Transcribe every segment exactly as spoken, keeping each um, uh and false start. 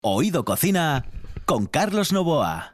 Oído Cocina con Carlos Novoa.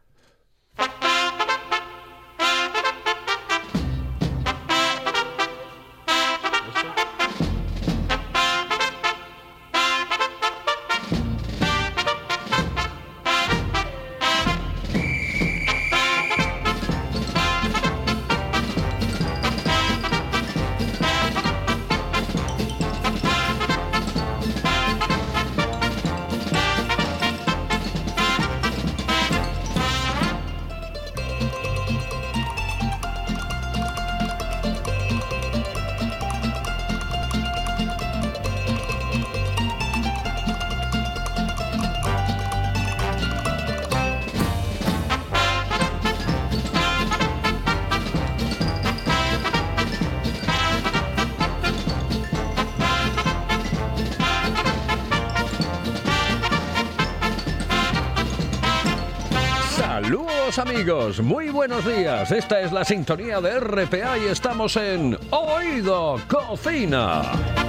Saludos amigos, muy buenos días. Esta es la sintonía de R P A y estamos en Oído Cocina.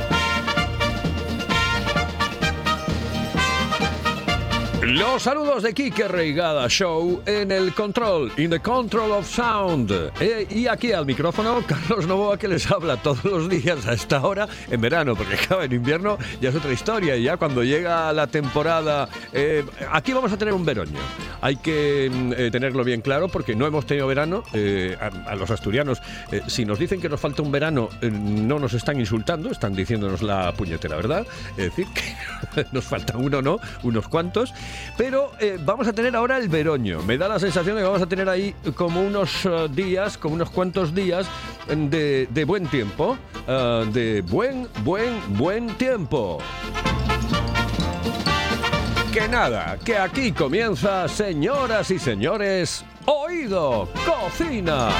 Los saludos de Quique Reigada Show en el control, in the control of sound. Eh, y aquí al micrófono, Carlos Novoa, que les habla todos los días a esta hora en verano, porque claro, en invierno ya es otra historia. Y ya cuando llega la temporada, eh, aquí vamos a tener un veroño. Hay que eh, tenerlo bien claro porque no hemos tenido verano. Eh, a, a los asturianos, eh, si nos dicen que nos falta un verano, eh, no nos están insultando, están diciéndonos la puñetera verdad. Es decir, que nos falta uno, no, unos cuantos. Pero eh, vamos a tener ahora el veroño. Me da la sensación de que vamos a tener ahí como unos uh, días, como unos cuantos días de, de buen tiempo. Uh, de buen, buen, buen tiempo. Que nada, que aquí comienza, señoras y señores, Oído Cocina.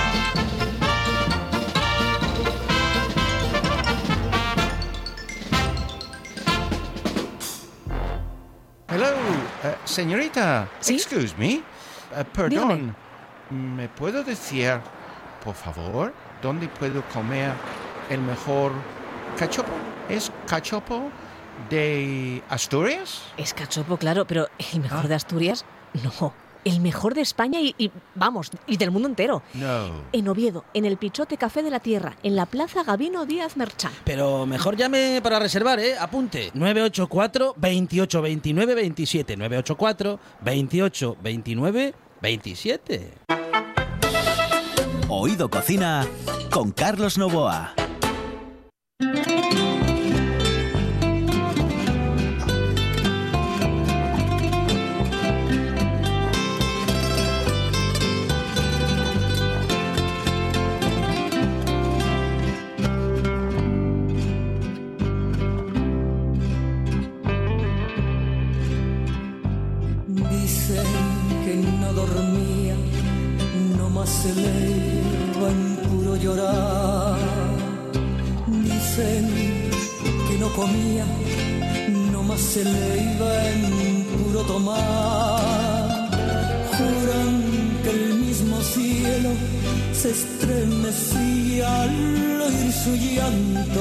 Hello, uh, señorita. ¿Sí? Excuse me. Uh, perdón. Dígame. ¿Me puedo decir, por favor, dónde puedo comer el mejor cachopo? ¿Es cachopo de Asturias? Es cachopo, claro, pero el mejor Ah. de Asturias, no. El mejor de España y, y, vamos, y del mundo entero. No. En Oviedo, en el Pichote Café de la Tierra, en la Plaza Gabino Díaz Merchán. Pero mejor llame para reservar, ¿eh? Apunte. nueve ocho cuatro, veintiocho veintinueve veintisiete. nueve ocho cuatro, veintiocho veintinueve veintisiete. Oído Cocina con Carlos Novoa. Dicen que no dormía, no más se le iba en puro llorar. Dicen que no comía, no más se le iba en puro tomar. Juran que el mismo cielo se estremecía al oír su llanto.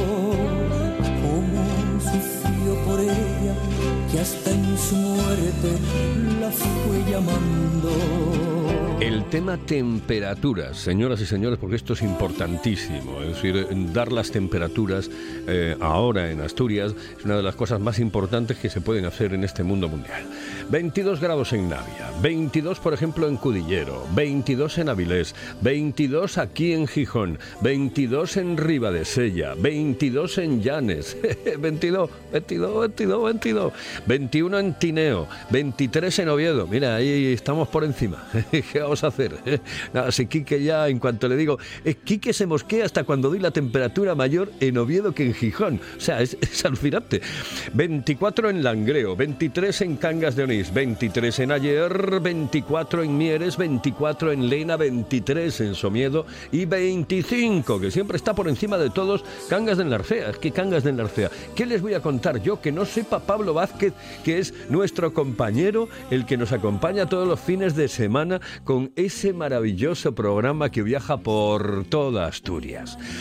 Como sufrió por ella, que hasta en su muerte la fue llamando. El tema temperaturas, señoras y señores, porque esto es importantísimo. Es decir, dar las temperaturas eh, ahora en Asturias es una de las cosas más importantes que se pueden hacer en este mundo mundial. veintidós grados en Navia, veintidós por ejemplo en Cudillero, veintidós en Avilés, veintidós aquí en Gijón, veintidós en Ribadesella, veintidós en Llanes, veintidós, veintidós, veintidós, veintidós, veintiuno en Tineo, veintitrés en Oviedo. Mira, ahí estamos por encima. ¿Qué vamos a hacer? Nada, si Quique ya, en cuanto le digo, eh, Quique se mosquea hasta cuando doy la temperatura mayor en Oviedo que en Gijón. O sea, es, es alucinante. veinticuatro en Langreo, veintitrés en Cangas de Onís, veintitrés en Aller, veinticuatro en Mieres, veinticuatro en Lena, veintitrés en Somiedo y veinticinco, que siempre está por encima de todos, Cangas de Enlarcea. Es que Cangas de Enlarcea. ¿Qué les voy a contar yo que no sepa Pablo Vázquez, que es nuestro compañero, el que nos acompaña todos los fines de semana con ese maravilloso programa que viaja por toda Asturias?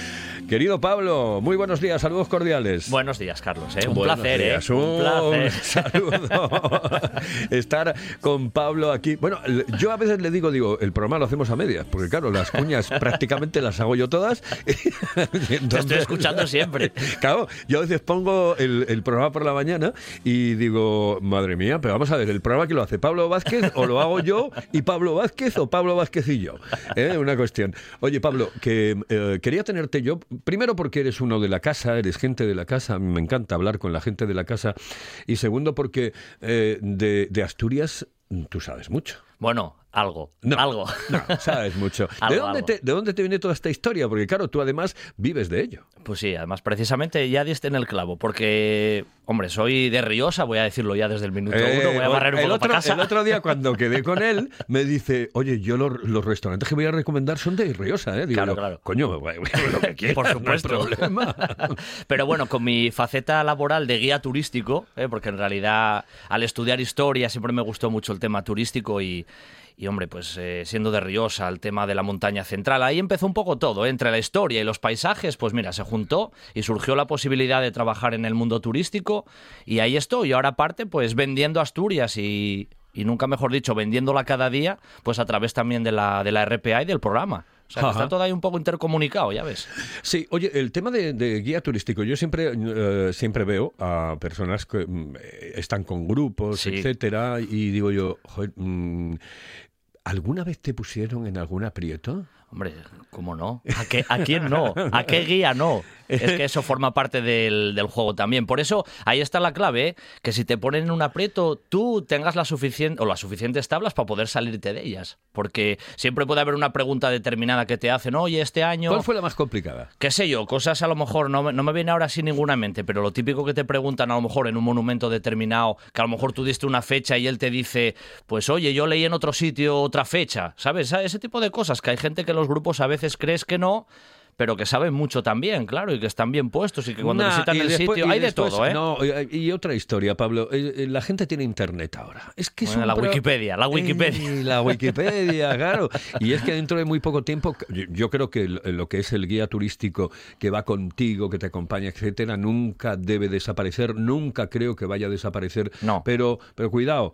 Querido Pablo, muy buenos días, saludos cordiales. Buenos días, Carlos. ¿eh? Un Buenos placer, días, ¿eh? Un, Un placer. saludo. Estar con Pablo aquí. Bueno, yo a veces le digo, digo, el programa lo hacemos a medias, porque claro, las cuñas prácticamente las hago yo todas. Entonces, Te estoy escuchando siempre. Claro, yo a veces pongo el, el programa por la mañana y digo, madre mía, pero vamos a ver, ¿el programa que lo hace Pablo Vázquez o lo hago yo y Pablo Vázquez o Pablo Vázquez y yo? ¿Eh? Una cuestión. Oye, Pablo, que eh, quería tenerte yo, primero porque eres uno de la casa, eres gente de la casa, me encanta hablar con la gente de la casa, y segundo porque eh, de, de Asturias tú sabes mucho. Bueno, algo, No, algo. No, sabes mucho. Algo, ¿De dónde algo. te, ¿De dónde te viene toda esta historia? Porque claro, tú además vives de ello. Pues sí, además precisamente ya diste en el clavo, porque, hombre, soy de Riosa, voy a decirlo ya desde el minuto Eh, uno, voy a barrer un el poco otro, para casa. El otro día cuando quedé con él me dice, oye, yo los, los restaurantes que voy a recomendar son de Riosa, ¿eh? Digo, Claro, yo, claro. coño, bueno, lo que quieras, Por supuesto. no hay problema. Pero bueno, con mi faceta laboral de guía turístico, ¿eh? Porque en realidad al estudiar historia siempre me gustó mucho el tema turístico y, y hombre, pues eh, siendo de Riosa, el tema de la montaña central, ahí empezó un poco todo, ¿eh? Entre la historia y los paisajes, pues mira, se juntó y surgió la posibilidad de trabajar en el mundo turístico y ahí estoy. Y ahora aparte, pues vendiendo Asturias y, y nunca mejor dicho, vendiéndola cada día, pues a través también de la, de la R P A y del programa. O sea, que Ajá. está todo ahí un poco intercomunicado, ya ves. Sí, oye, el tema de, de guía turístico, yo siempre, eh, siempre veo a personas que mm, están con grupos, Sí. etcétera, y digo yo, joder, mm, ¿alguna vez te pusieron en algún aprieto? Hombre, ¿cómo no? ¿A, qué, ¿A quién no? ¿A qué guía no? Es que eso forma parte del, del juego también. Por eso, ahí está la clave, ¿eh? Que si te ponen en un aprieto, tú tengas la suficiente o las suficientes tablas para poder salirte de ellas. Porque siempre puede haber una pregunta determinada que te hacen, oye, este año... ¿Cuál fue la más complicada? Qué sé yo, cosas a lo mejor, no, me- no me viene ahora así ninguna en mente, pero lo típico que te preguntan a lo mejor en un monumento determinado, que a lo mejor tú diste una fecha y él te dice, pues oye, yo leí en otro sitio otra fecha, ¿sabes? Ese tipo de cosas que hay gente que los grupos a veces crees que no, pero que saben mucho también, claro, y que están bien puestos y que cuando Nah, visitan y el después- sitio y hay de después- todo, ¿eh? No, y, y otra historia, Pablo. Eh, eh, La gente tiene internet ahora. Es que es Bueno, un la pro- Wikipedia, la Wikipedia. Eh, la Wikipedia, claro. Y es que dentro de muy poco tiempo, yo- yo creo que lo lo que es el guía turístico que va contigo, que te acompaña, etcétera, nunca debe desaparecer. Nunca creo que vaya a desaparecer. No. Pero, pero cuidado.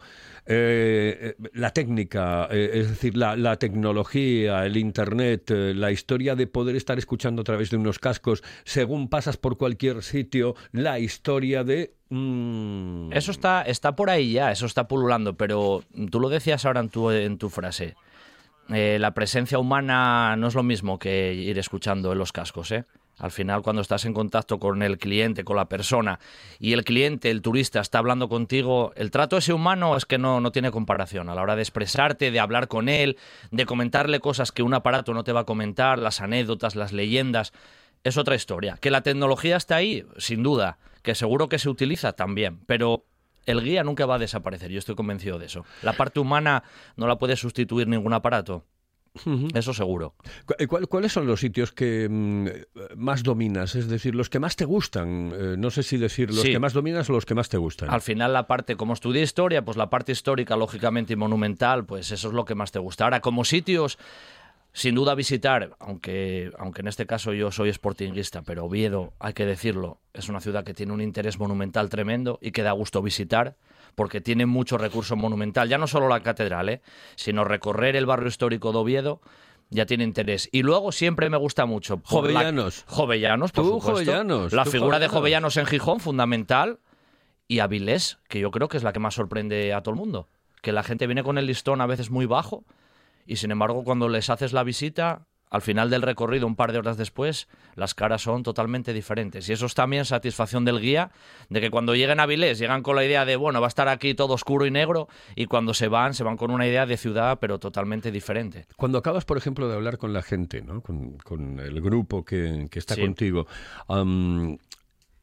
eh, eh, la técnica, eh, es decir, la, la tecnología, el internet, eh, la historia de poder estar escuchando a través de unos cascos según pasas por cualquier sitio, la historia de... mm, Eso está, está por ahí ya, eso está pululando, pero tú lo decías ahora en tu, en tu frase. Eh, la presencia humana no es lo mismo que ir escuchando en los cascos, ¿eh? Al final, cuando estás en contacto con el cliente, con la persona, y el cliente, el turista, está hablando contigo, el trato ese humano es que no, no tiene comparación. A la hora de expresarte, de hablar con él, de comentarle cosas que un aparato no te va a comentar, las anécdotas, las leyendas, es otra historia. Que la tecnología está ahí, sin duda, que seguro que se utiliza también, pero el guía nunca va a desaparecer, yo estoy convencido de eso. La parte humana no la puede sustituir ningún aparato. Eso seguro. ¿Cu- cuál- ¿Cuáles son los sitios que mm, más dominas? Es decir, los que más te gustan. Eh, no sé si decir los Sí. que más dominas o los que más te gustan. Al final la parte, como estudié historia, pues la parte histórica, lógicamente, y monumental, pues eso es lo que más te gusta. Ahora, como sitios, sin duda visitar, aunque, aunque en este caso yo soy sportinguista, pero Oviedo, hay que decirlo, es una ciudad que tiene un interés monumental tremendo y que da gusto visitar, porque tiene mucho recurso monumental, ya no solo la catedral, ¿eh? Sino recorrer el barrio histórico de Oviedo ya tiene interés. Y luego siempre me gusta mucho... por la- Jovellanos. Jovellanos, por Tú, supuesto. Jovellanos, La tú, figura de Jovellanos. Jovellanos en Gijón, fundamental. Y Avilés, que yo creo que es la que más sorprende a todo el mundo. Que la gente viene con el listón a veces muy bajo y sin embargo cuando les haces la visita, al final del recorrido, un par de horas después, las caras son totalmente diferentes. Y eso es también satisfacción del guía, de que cuando lleguen a Avilés llegan con la idea de, bueno, va a estar aquí todo oscuro y negro, y cuando se van, se van con una idea de ciudad, pero totalmente diferente. Cuando acabas, por ejemplo, de hablar con la gente, ¿no? con, con el grupo que, que está Sí. contigo, am,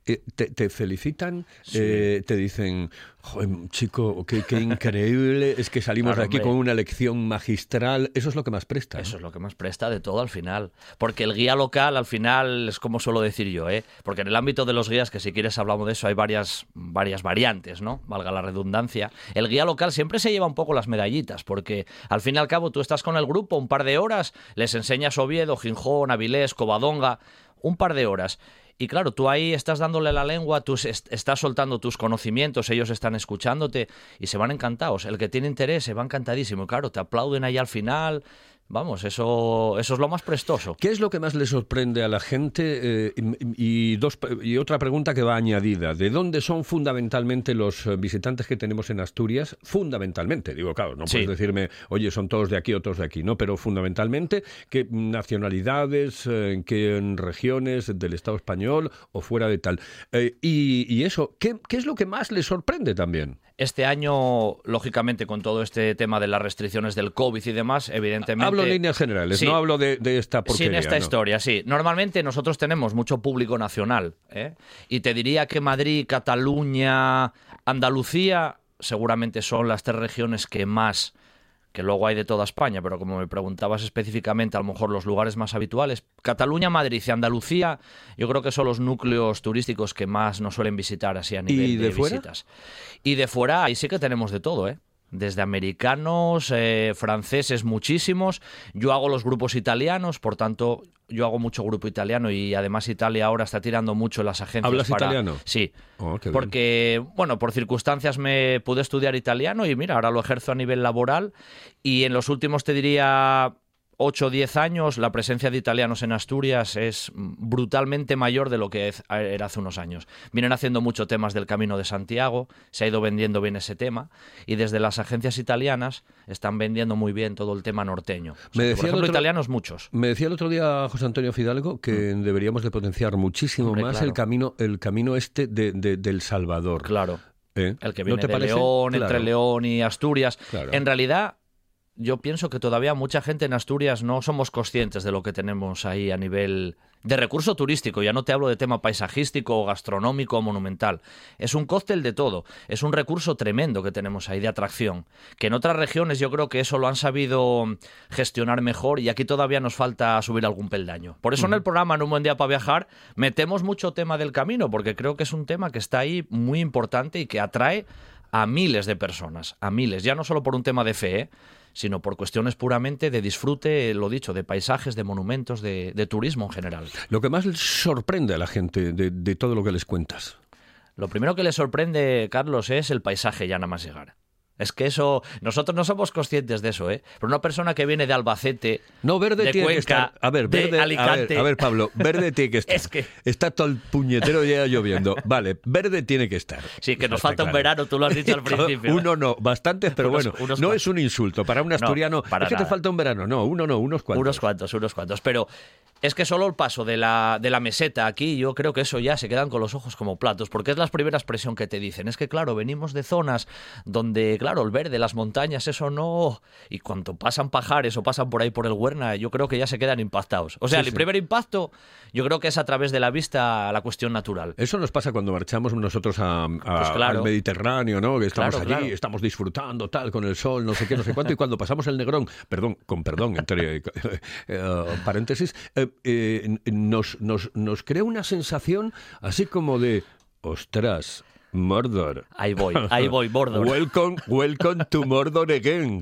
eh, te, te felicitan, Sí. eh, te dicen, joder, chico, qué, qué increíble, es que salimos Claro, de aquí hombre. con una lección magistral. Eso es lo que más presta, ¿no? Eso es lo que más presta de todo al final. Porque el guía local al final es como suelo decir yo, ¿eh? Porque en el ámbito de los guías, que si quieres hablamos de eso, hay varias, varias variantes, ¿no? Valga la redundancia. El guía local siempre se lleva un poco las medallitas, porque al fin y al cabo tú estás con el grupo un par de horas, les enseñas Oviedo, Gijón, Avilés, Covadonga, un par de horas. Y claro, tú ahí estás dándole la lengua, tú est- estás soltando tus conocimientos, ellos están escuchándote y se van encantados. El que tiene interés se va encantadísimo. Y claro, te aplauden ahí al final. Vamos, eso, eso es lo más prestoso. ¿Qué es lo que más le sorprende a la gente? Eh, y, y dos, y otra pregunta que va añadida. ¿De dónde son fundamentalmente los visitantes que tenemos en Asturias? Fundamentalmente, digo, claro, no Sí. puedes decirme, oye, son todos de aquí, otros de aquí, ¿no? Pero fundamentalmente, ¿qué nacionalidades, eh, en qué regiones del Estado español o fuera de tal? Eh, y, y eso, ¿qué, ¿qué es lo que más les sorprende también? Este año, lógicamente, con todo este tema de las restricciones del COVID y demás, evidentemente... Hablo en líneas generales, Sí. no hablo de, de esta porquería. Sin esta ¿no? historia, sí. Normalmente nosotros tenemos mucho público nacional, ¿eh? Y te diría que Madrid, Cataluña, Andalucía, seguramente son las tres regiones que más, que luego hay de toda España, pero como me preguntabas específicamente, a lo mejor los lugares más habituales, Cataluña, Madrid y Andalucía, yo creo que son los núcleos turísticos que más nos suelen visitar así a nivel ¿Y de de fuera? visitas. Y de fuera, ahí sí que tenemos de todo, ¿eh? Desde americanos, eh, franceses, muchísimos. Yo hago los grupos italianos, por tanto, yo hago mucho grupo italiano y además Italia ahora está tirando mucho en las agencias. ¿Hablas para... italiano? Sí. Oh, qué bien. Porque, bueno, por circunstancias me pude estudiar italiano y mira, ahora lo ejerzo a nivel laboral y en los últimos, te diría, ocho o diez años, la presencia de italianos en Asturias es brutalmente mayor de lo que era hace unos años. Vienen haciendo mucho temas del Camino de Santiago, se ha ido vendiendo bien ese tema y desde las agencias italianas están vendiendo muy bien todo el tema norteño. O sea, Me que, decía por el ejemplo, otro- italianos muchos. Me decía el otro día José Antonio Fidalgo que deberíamos de potenciar muchísimo Hombre, más claro. el camino el camino este de, de- del Salvador. Claro. ¿Eh? El que ¿No viene te de parece? León, Claro. entre León y Asturias. Claro. En realidad, yo pienso que todavía mucha gente en Asturias no somos conscientes de lo que tenemos ahí a nivel de recurso turístico. Ya no te hablo de tema paisajístico, gastronómico o monumental. Es un cóctel de todo. Es un recurso tremendo que tenemos ahí de atracción. Que en otras regiones yo creo que eso lo han sabido gestionar mejor y aquí todavía nos falta subir algún peldaño. Por eso en el programa En un buen día para viajar metemos mucho tema del camino, porque creo que es un tema que está ahí muy importante y que atrae a miles de personas, a miles, ya no solo por un tema de fe, ¿eh? Sino por cuestiones puramente de disfrute, lo dicho, de paisajes, de monumentos, de, de turismo en general. Lo que más les sorprende a la gente de, de todo lo que les cuentas. Lo primero que le sorprende, Carlos, es el paisaje ya nada más llegar. Es que eso, nosotros no somos conscientes de eso, ¿eh? Pero una persona que viene de Albacete, No, verde de tiene Cuenca, que estar. A ver, de verde. A Alicante. ver, a ver, Pablo, verde tiene que estar. Es que- Está todo el puñetero día lloviendo. Vale, verde tiene que estar. Sí, que nos Está falta un claro. verano, tú lo has dicho al principio. Uno no, bastantes, pero Unos- bueno, unos no cuantos. es un insulto. Para un asturiano, para es que te nada. falta un verano. No, uno no, unos cuantos. Unos cuantos, unos cuantos. Pero es que solo el paso de la, de la meseta aquí, yo creo que eso ya se quedan con los ojos como platos, porque es la primera expresión que te dicen. Es que, claro, venimos de zonas donde, claro, el verde, las montañas, eso no... Y cuando pasan pajares o pasan por ahí por el Huerna, yo creo que ya se quedan impactados. O sea, Sí, el sí. primer impacto yo creo que es a través de la vista a la cuestión natural. Eso nos pasa cuando marchamos nosotros a, a- Pues claro. al Mediterráneo, ¿no? Que estamos Claro, allí, claro. estamos disfrutando tal con el sol, no sé qué, no sé cuánto, y cuando pasamos el Negrón, perdón, con perdón, entre eh, paréntesis, eh, eh, nos, nos, nos crea una sensación así como de, ostras, Mordor. Ahí voy, ahí voy, Mordor. Welcome, welcome to Mordor again.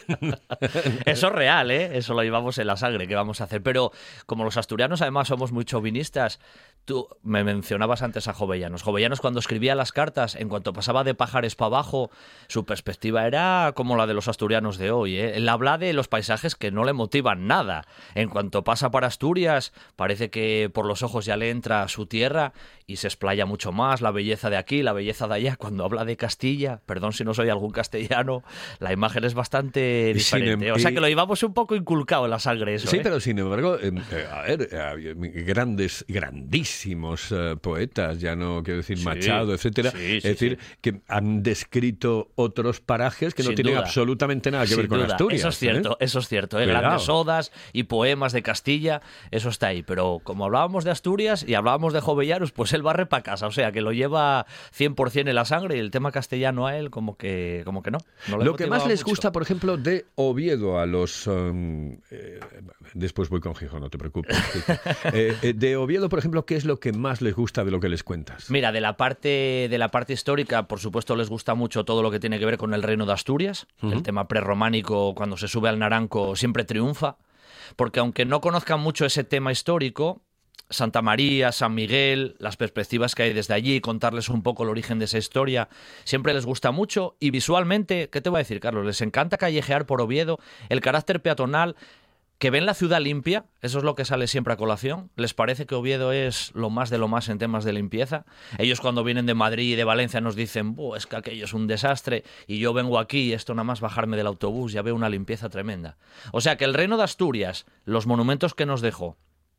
Eso es real, ¿eh? Eso lo llevamos en la sangre, ¿qué vamos a hacer? Pero como los asturianos además somos muy chauvinistas, tú me mencionabas antes a Jovellanos. Jovellanos cuando escribía las cartas, en cuanto pasaba de Pajares para abajo, su perspectiva era como la de los asturianos de hoy, ¿eh? Él habla de los paisajes que no le motivan nada. En cuanto pasa para Asturias, parece que por los ojos ya le entra su tierra y se explaya mucho más, la belleza de aquí, la belleza belleza de allá, cuando habla de Castilla, perdón si no soy algún castellano, la imagen es bastante diferente. em- o sea y- que lo llevamos un poco inculcado en la sangre eso, Sí, ¿eh? pero sin embargo, eh, eh, a ver, eh, grandes, grandísimos eh, poetas, ya no quiero decir Sí, Machado, etcétera, sí, sí, es decir, sí. que han descrito otros parajes que no Sin tienen duda. absolutamente nada que Sin ver con duda, Asturias. Eso es cierto, ¿eh? eso es cierto. ¿eh? Cuidado. Grandes odas y poemas de Castilla, eso está ahí. Pero como hablábamos de Asturias y hablábamos de Jovellanos, pues él barre para casa. O sea, que lo lleva cien por ciento en la sangre y el tema castellano a él como que, como que no. no le Lo que más motivaba les mucho. gusta, por ejemplo, de Oviedo a los... um, eh, después voy con Gijón, no te preocupes. eh, eh, de Oviedo, por ejemplo, ¿qué es lo que más les gusta de lo que les cuentas? Mira, de la parte de la parte histórica, por supuesto, les gusta mucho todo lo que tiene que ver con el reino de Asturias. Ujú. El tema prerrománico, cuando se sube al Naranco, siempre triunfa. Porque aunque no conozcan mucho ese tema histórico, Santa María, San Miguel, las perspectivas que hay desde allí, contarles un poco el origen de esa historia, siempre les gusta mucho. Y visualmente, ¿qué te voy a decir, Carlos? Les encanta callejear por Oviedo, el carácter peatonal, que ven la ciudad limpia, eso es lo que sale siempre a colación. Les parece que Oviedo es lo más de lo más en temas de limpieza. Ellos cuando vienen de Madrid y de Valencia nos dicen, "Buh, es que aquello es un desastre, y yo vengo aquí y esto nada más bajarme del autobús, ya veo una limpieza tremenda". O sea que el reino de Asturias, los monumentos que nos dejó,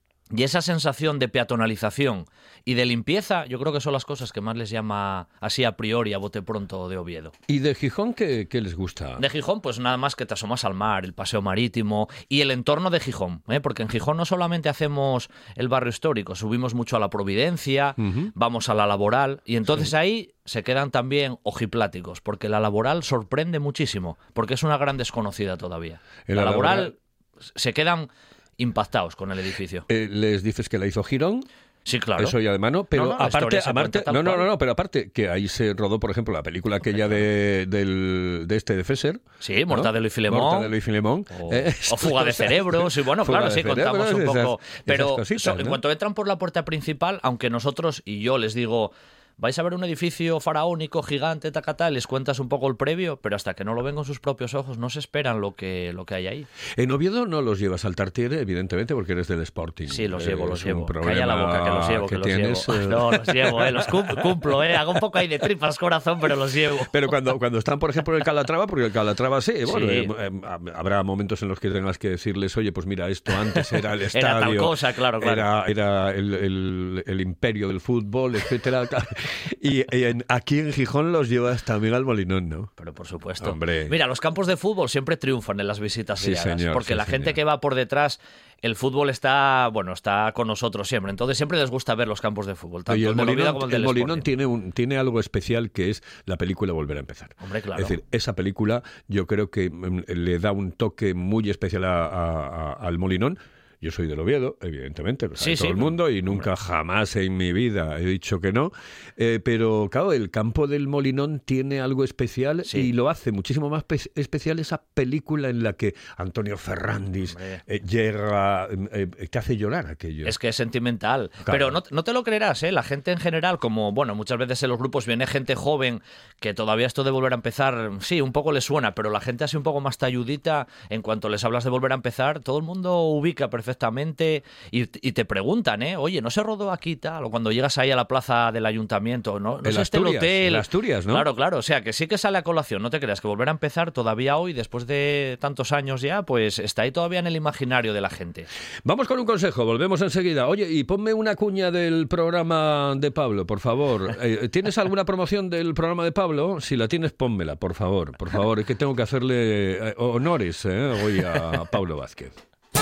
y esa sensación de peatonalización y de limpieza, yo creo que son las cosas que más les llama así a priori, a bote pronto, de Oviedo. ¿Y de Gijón qué, qué les gusta? De Gijón, pues nada más que te asomas al mar, el paseo marítimo y el entorno de Gijón, ¿eh? Porque en Gijón no solamente hacemos el barrio histórico, subimos mucho a la Providencia, Ujú. vamos a la Laboral, y entonces ahí se quedan también ojipláticos, porque la Laboral sorprende muchísimo, porque es una gran desconocida todavía. En La la Laboral Laboral- se quedan impactados con el edificio. Eh, les dices que la hizo Girón. Sí, claro. Eso ya de mano, pero No, no, la aparte, historia se aparte cuenta tal no, no, cual. no, no, pero aparte que ahí se rodó, por ejemplo, la película aquella de, del, de este de Fesser. Sí, Mortadelo y Filemón. Mortadelo y Filemón. O, Eh, o Fuga de cerebros, y bueno, Fuga claro, de sí, contamos cerebros, un esas- poco. esas Pero cositas, so- en ¿no? cuanto entran por la puerta principal, aunque nosotros y yo les digo, vais a ver un edificio faraónico, gigante, tacatá, les cuentas un poco el previo, pero hasta que no lo ven con sus propios ojos, no se esperan lo que, lo que hay ahí. En Oviedo no los llevas al Tartiere, evidentemente, porque eres del Sporting. Sí, los Eh, llevo, los es un llevo. problema Calla la boca, que los llevo, que, que los tienes, llevo. eh. No, los llevo, eh, los cum- cumplo, eh. Hago un poco ahí de tripas corazón, pero los llevo. Pero cuando, cuando están, por ejemplo, en el Calatrava, porque el Calatrava sí, bueno, Sí. eh, eh, habrá momentos en los que tengas que decirles, oye, pues mira, esto antes era el estadio. Era tal cosa, claro, claro. Era, era el, el- el imperio del fútbol, etcétera. Y, y en- aquí en Gijón los llevas también al Molinón, ¿no? Pero por supuesto. Hombre. Mira, los campos de fútbol siempre triunfan en las visitas Sí, guiadas, señor, porque sí, la gente señor. que va por detrás, el fútbol está, bueno, está con nosotros siempre. Entonces siempre les gusta ver los campos de fútbol, tanto Y el el del Oviedo Molinón, como el el del Molinón Sporting. tiene, un, tiene algo especial que es la película Volver a empezar. Hombre, claro. Es decir, esa película yo creo que mm, le da un toque muy especial a- a- a- al Molinón. Yo soy del Oviedo, evidentemente, lo sabe Sí, todo sí. el mundo, y nunca jamás en mi vida he dicho que no. Eh, pero claro, el campo del Molinón tiene algo especial Sí. y lo hace muchísimo más pe- especial esa película en la que Antonio Ferrandis Hombre. eh, llega, eh, eh, te hace llorar aquello. Es que es sentimental. Claro. Pero no, no te lo creerás, ¿eh? La gente en general, como, bueno, muchas veces en los grupos viene gente joven que todavía esto de volver a empezar, sí, un poco les suena, pero la gente así un poco más talludita, en cuanto les hablas de volver a empezar, todo el mundo ubica perfectamente y, y te preguntan, ¿eh? Oye, ¿no se rodó aquí tal? O cuando llegas ahí a la plaza del ayuntamiento, ¿no? ¿No En es este el Asturias, hotel? en Asturias, ¿no? Claro, claro. O sea, que sí que sale a colación. No te creas que volver a empezar todavía hoy, después de tantos años ya, pues está ahí todavía en el imaginario de la gente. Vamos con un consejo, volvemos enseguida. Oye, y ponme una cuña del programa de Pablo, por favor. Eh, ¿Tienes alguna promoción del programa de Pablo? Si la tienes, pónmela, por favor. Por favor, es que tengo que hacerle eh, honores eh, hoy a Pablo Vázquez.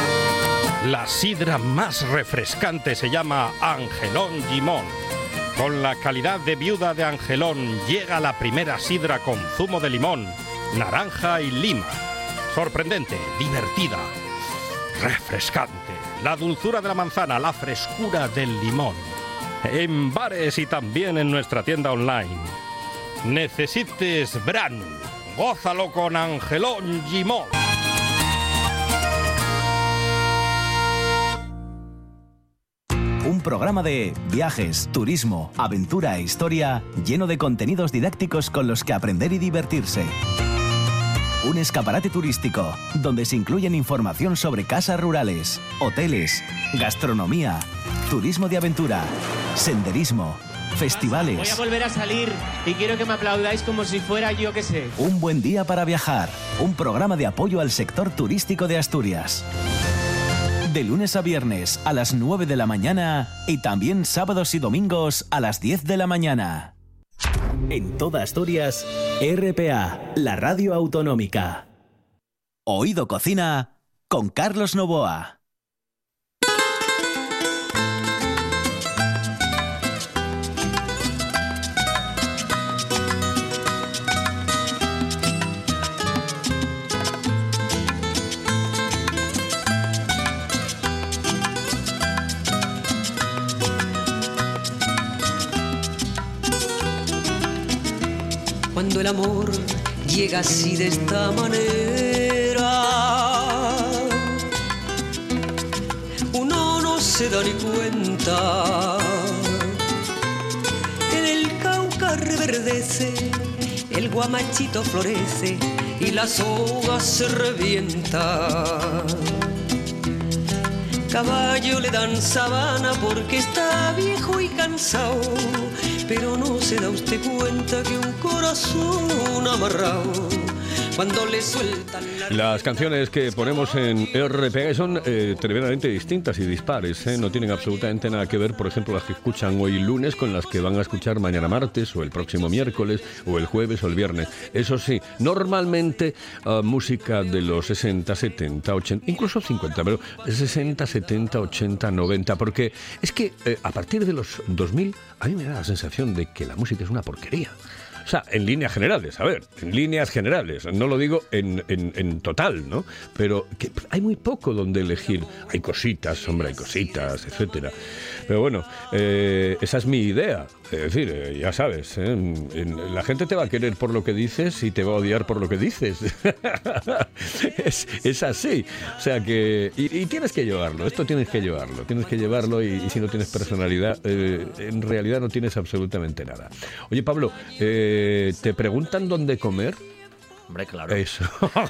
La sidra más refrescante se llama Angelón Gimón. Con la calidad de viuda de Angelón llega la primera sidra con zumo de limón, naranja y lima. Sorprendente, divertida, refrescante. La dulzura de la manzana, la frescura del limón. En bares y también en nuestra tienda online. Necesites Bran. Gózalo con Angelón Gimón. Un programa de viajes, turismo, aventura e historia lleno de contenidos didácticos con los que aprender y divertirse. Un escaparate turístico donde se incluyen información sobre casas rurales, hoteles, gastronomía, turismo de aventura, senderismo, festivales. Voy a volver a salir y quiero que me aplaudáis como si fuera yo que sé. Un buen día para viajar. Un programa de apoyo al sector turístico de Asturias. De lunes a viernes a las nueve de la mañana y también sábados y domingos a las diez de la mañana. En toda Asturias, R P A, la radio autonómica. Oído Cocina con Carlos Novoa. Cuando el amor llega así de esta manera, uno no se da ni cuenta. En el Cauca reverdece, el guamachito florece y la soga se revienta. Caballo le dan sabana porque está viejo y cansado, pero no se da usted cuenta que un corazón amarrado, cuando le sueltan la... Las canciones que ponemos en R P A son eh, tremendamente distintas y dispares, ¿eh? No tienen absolutamente nada que ver, por ejemplo, las que escuchan hoy lunes con las que van a escuchar mañana martes o el próximo miércoles o el jueves o el viernes. Eso sí, normalmente uh, música de los sesenta, setenta, ochenta, incluso cincuenta, pero sesenta, setenta, ochenta, noventa, porque es que eh, a partir de los dos mil a mí me da la sensación de que la música es una porquería. O sea, en líneas generales, a ver, en líneas generales, no lo digo en, en, en total, ¿no? Pero que hay muy poco donde elegir. Hay cositas, hombre, hay cositas, etcétera. Pero bueno, eh, esa es mi idea. Es decir, eh, ya sabes, ¿eh? en, en, la gente te va a querer por lo que dices y te va a odiar por lo que dices. es, es así. O sea que... Y, y tienes que llevarlo, esto tienes que llevarlo. Tienes que llevarlo y, y si no tienes personalidad, eh, en realidad no tienes absolutamente nada. Oye, Pablo, eh, ¿te preguntan dónde comer? Hombre, claro. Eso.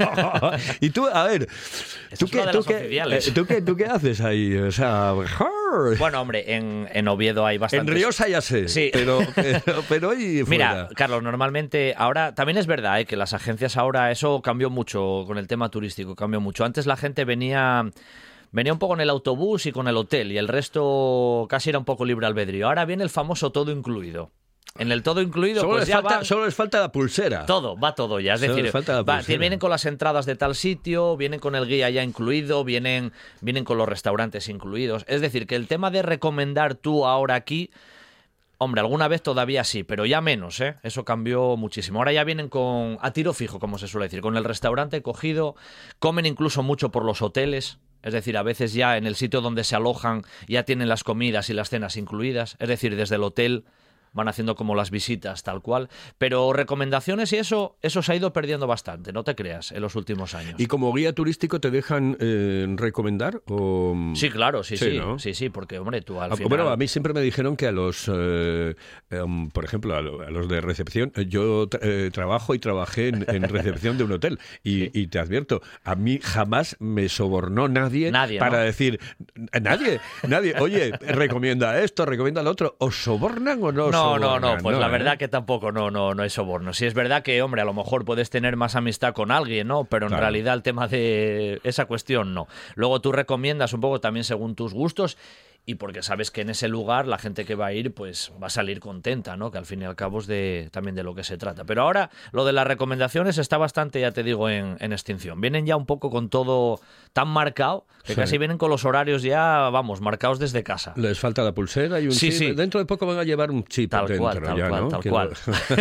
Y tú, a ver, ¿tú qué, tú, qué, eh, ¿tú, qué, ¿tú qué haces ahí? O sea, bueno, hombre, en, en Oviedo hay bastantes... En Riosa ya sé, sí. pero, pero, pero hoy fuera. Mira, Carlos, normalmente ahora, también es verdad eh, que las agencias ahora, eso cambió mucho con el tema turístico, cambió mucho. Antes la gente venía... Venía un poco en el autobús y con el hotel y el resto casi era un poco libre albedrío. Ahora viene el famoso todo incluido. En el todo incluido, solo pues les ya falta, va... Solo les falta la pulsera. Todo, va todo ya. Es solo decir, les falta la va, pulsera. Vienen con las entradas de tal sitio, vienen con el guía ya incluido, vienen, vienen con los restaurantes incluidos. Es decir, que el tema de recomendar tú ahora aquí... Hombre, alguna vez todavía sí, pero ya menos, ¿eh? Eso cambió muchísimo. Ahora ya vienen con a tiro fijo, como se suele decir, con el restaurante cogido, comen incluso mucho por los hoteles. Es decir, a veces ya en el sitio donde se alojan ya tienen las comidas y las cenas incluidas. Es decir, desde el hotel van haciendo como las visitas, tal cual. Pero recomendaciones y eso, eso se ha ido perdiendo bastante, no te creas, en los últimos años. ¿Y como guía turístico te dejan eh, recomendar? O... Sí, claro, sí, sí, sí, ¿no? sí, sí, porque, hombre, tú al ah, final... Bueno, a mí siempre me dijeron que a los, eh, um, por ejemplo, a, lo, a los de recepción, yo eh, trabajo y trabajé en, en recepción de un hotel y, sí. y te advierto, a mí jamás me sobornó nadie, nadie para ¿no? decir, nadie, nadie, oye, recomienda esto, recomienda lo otro, ¿os sobornan o no? No, no, no, pues no, la ¿eh? verdad que tampoco no, no, no es soborno. Sí es verdad que, hombre, a lo mejor puedes tener más amistad con alguien, ¿no? Pero en claro. realidad el tema de esa cuestión no. Luego tú recomiendas un poco también según tus gustos y porque sabes que en ese lugar la gente que va a ir pues va a salir contenta, ¿no? Que al fin y al cabo es de, también de lo que se trata. Pero ahora lo de las recomendaciones está bastante, ya te digo, en, en extinción. Vienen ya un poco con todo tan marcado que sí. casi vienen con los horarios ya, vamos, marcados desde casa. Les falta la pulsera y un sí, chip. Sí. Dentro de poco van a llevar un chip tal dentro. Cual, tal ya, cual, ¿no? tal que cual.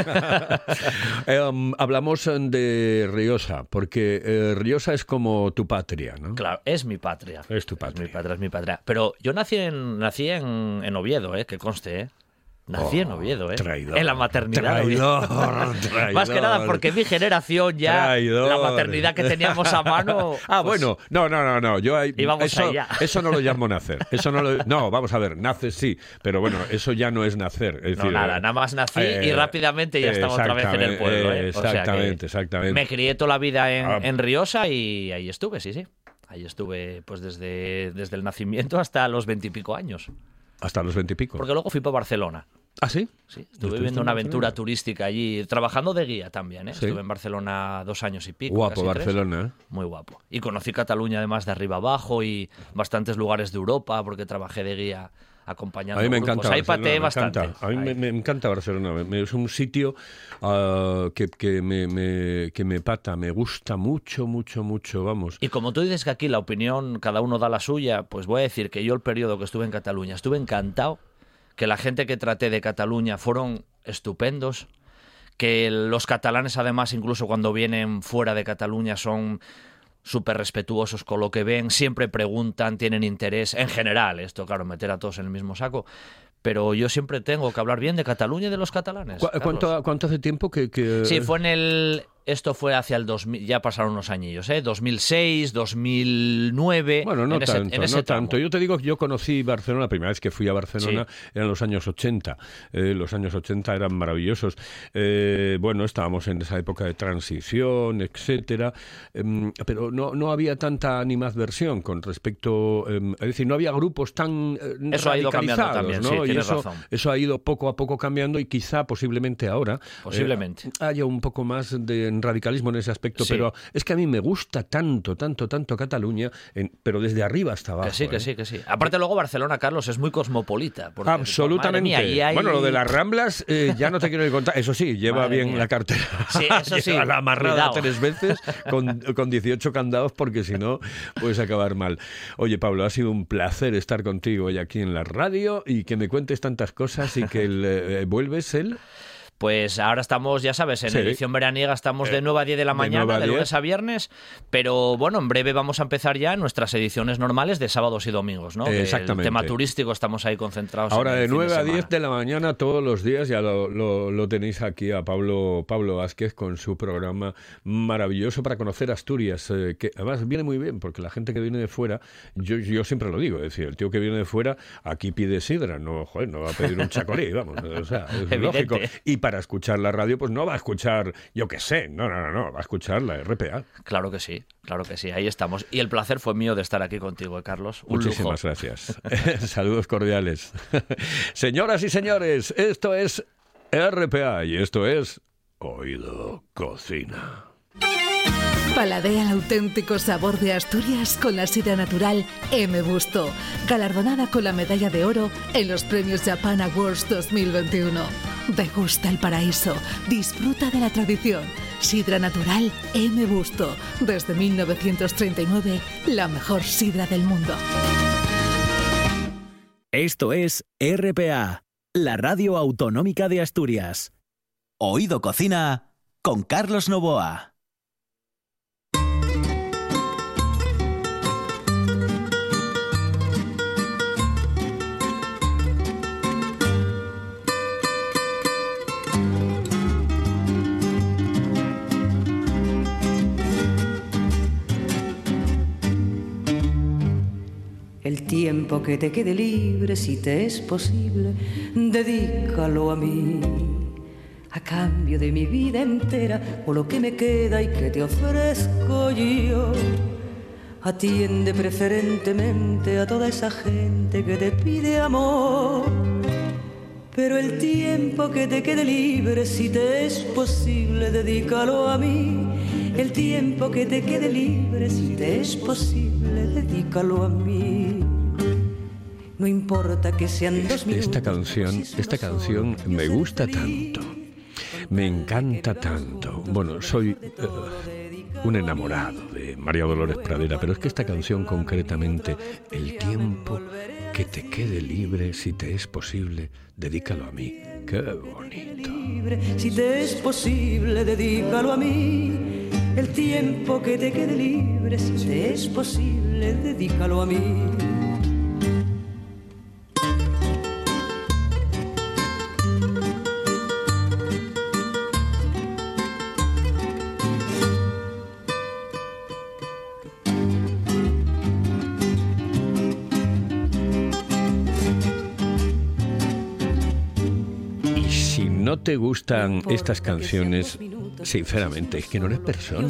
eh, um, hablamos de Riosa, porque eh, Riosa es como tu patria, ¿no? Claro, es mi patria. Es tu patria. Es mi patria, es mi patria. Pero yo nací en, nací en, en Oviedo, ¿eh? Que conste, ¿eh? Nací oh, en Oviedo, ¿eh? Traidor, en la maternidad. Traidor, traidor. Más que nada porque mi generación ya, traidor. La maternidad que teníamos a mano... Ah, pues, bueno, no, no, no, no. Yo ahí, íbamos eso, allá. eso no lo llamo nacer. Eso no, lo, no, vamos a ver, naces sí, pero bueno, eso ya no es nacer. Es no, decir, nada, eh, nada más nací eh, y rápidamente ya estaba otra vez en el pueblo. ¿eh? Exactamente, o sea que exactamente. Me crié toda la vida en, ah. en Riosa y ahí estuve, sí, sí. Ahí estuve pues desde, desde el nacimiento hasta los veintipico años. Hasta los veintipico. Porque luego fui para Barcelona. ¿Ah, sí? Sí, estuve viviendo una aventura turística allí, trabajando de guía también, ¿eh? Sí. Estuve en Barcelona dos años y pico. Guapo casi tres. Barcelona, ¿eh? Muy guapo. Y conocí Cataluña además de arriba abajo y bastantes lugares de Europa porque trabajé de guía acompañando A mí me grupos. encanta Ahí Barcelona, pateé me bastante. encanta. A mí me, Ahí. me encanta Barcelona. Me- me- es un sitio ah, que, que, me, me- que me pata, me gusta mucho, mucho, mucho, vamos. Y como tú dices que aquí la opinión, cada uno da la suya, pues voy a decir que yo el periodo que estuve en Cataluña estuve encantado, que la gente que traté de Cataluña fueron estupendos, que los catalanes además incluso cuando vienen fuera de Cataluña son súper respetuosos con lo que ven, siempre preguntan, tienen interés, en general, esto claro, meter a todos en el mismo saco, pero yo siempre tengo que hablar bien de Cataluña y de los catalanes. ¿Cu- Carlos. ¿Cuánto, ¿Cuánto hace tiempo que...? que... Sí, fue en el... Esto fue hacia el dos mil, ya pasaron unos añillos, ¿eh? dos mil seis, dos mil nueve... Bueno, no en ese, tanto, en ese no tramo. tanto. Yo te digo que yo conocí Barcelona, la primera vez que fui a Barcelona eran los años ochenta. Eh, los años ochenta eran maravillosos. Eh, bueno, estábamos en esa época de transición, etcétera, em, pero no, no había tanta animadversión con respecto... em, es decir, no había grupos tan eh, Eso ha ido cambiando radicalizados, también, ¿no? sí, Y tienes eso, razón. eso ha ido poco a poco cambiando y quizá posiblemente ahora Posiblemente. eh, haya un poco más de radicalismo en ese aspecto, Sí. pero es que a mí me gusta tanto, tanto, tanto Cataluña, en- pero desde arriba hasta abajo. Que sí, que ¿eh? sí, que sí. Aparte luego Barcelona, Carlos, es muy cosmopolita. porque, Absolutamente. madre mía, y hay- Bueno, lo de las Ramblas eh, ya no te quiero ni contar. Eso sí, lleva Madre bien mía. la cartera. Sí, eso sí. Lleva la amarrada Cuidado. tres veces con, con dieciocho candados porque si no puedes acabar mal. Oye, Pablo, ha sido un placer estar contigo hoy aquí en la radio y que me cuentes tantas cosas y que el, eh, vuelves el... Pues ahora estamos, ya sabes, en Sí. edición veraniega estamos de Eh, nueve a diez de la de mañana, nueve a de, diez. lunes a viernes, pero bueno, en breve vamos a empezar ya nuestras ediciones normales de sábados y domingos, ¿no? Que Exactamente. El tema turístico estamos ahí concentrados. Ahora en el de fin nueve a semana. diez de la mañana todos los días ya lo, lo, lo tenéis aquí a Pablo Pablo Vázquez con su programa maravilloso para conocer Asturias, eh, que además viene muy bien porque la gente que viene de fuera, yo, yo siempre lo digo, es decir, el tío que viene de fuera aquí pide sidra, no, joder, no va a pedir un chacolí, vamos, o sea, es Evidente. lógico. Y para escuchar la radio pues no va a escuchar, yo qué sé, no, no, no, no, va a escuchar la R P A. Claro que sí, claro que sí, ahí estamos. Y el placer fue mío de estar aquí contigo, ¿eh, Carlos? Un Muchísimas lujo. gracias. Saludos cordiales. Señoras y señores, esto es R P A y esto es Oído Cocina. Paladea el auténtico sabor de Asturias con la sidra natural M. Busto, galardonada con la medalla de oro en los premios Japan Awards dos mil veintiuno. Degusta el paraíso, disfruta de la tradición. Sidra natural M. Busto, desde mil novecientos treinta y nueve, la mejor sidra del mundo. Esto es R P A, la radio autonómica de Asturias. Oído Cocina con Carlos Novoa. El tiempo que te quede libre, si te es posible, dedícalo a mí. A cambio de mi vida entera, o lo que me queda y que te ofrezco yo. Atiende preferentemente a toda esa gente que te pide amor. Pero el tiempo que te quede libre, si te es posible, dedícalo a mí. El tiempo que te quede libre, si te es posible, dedícalo a mí. No importa que sean dos minutos. Esta canción, esta canción me gusta tanto, me encanta tanto. Bueno, soy uh, un enamorado de María Dolores Pradera, pero es que esta canción concretamente, el tiempo que te quede libre, si te es posible, dedícalo a mí. Qué bonito. Si te es posible, dedícalo a mí. El tiempo que te quede libre, si te es posible, dedícalo a mí. Y si no te gustan estas canciones, sinceramente, es que no eres persona.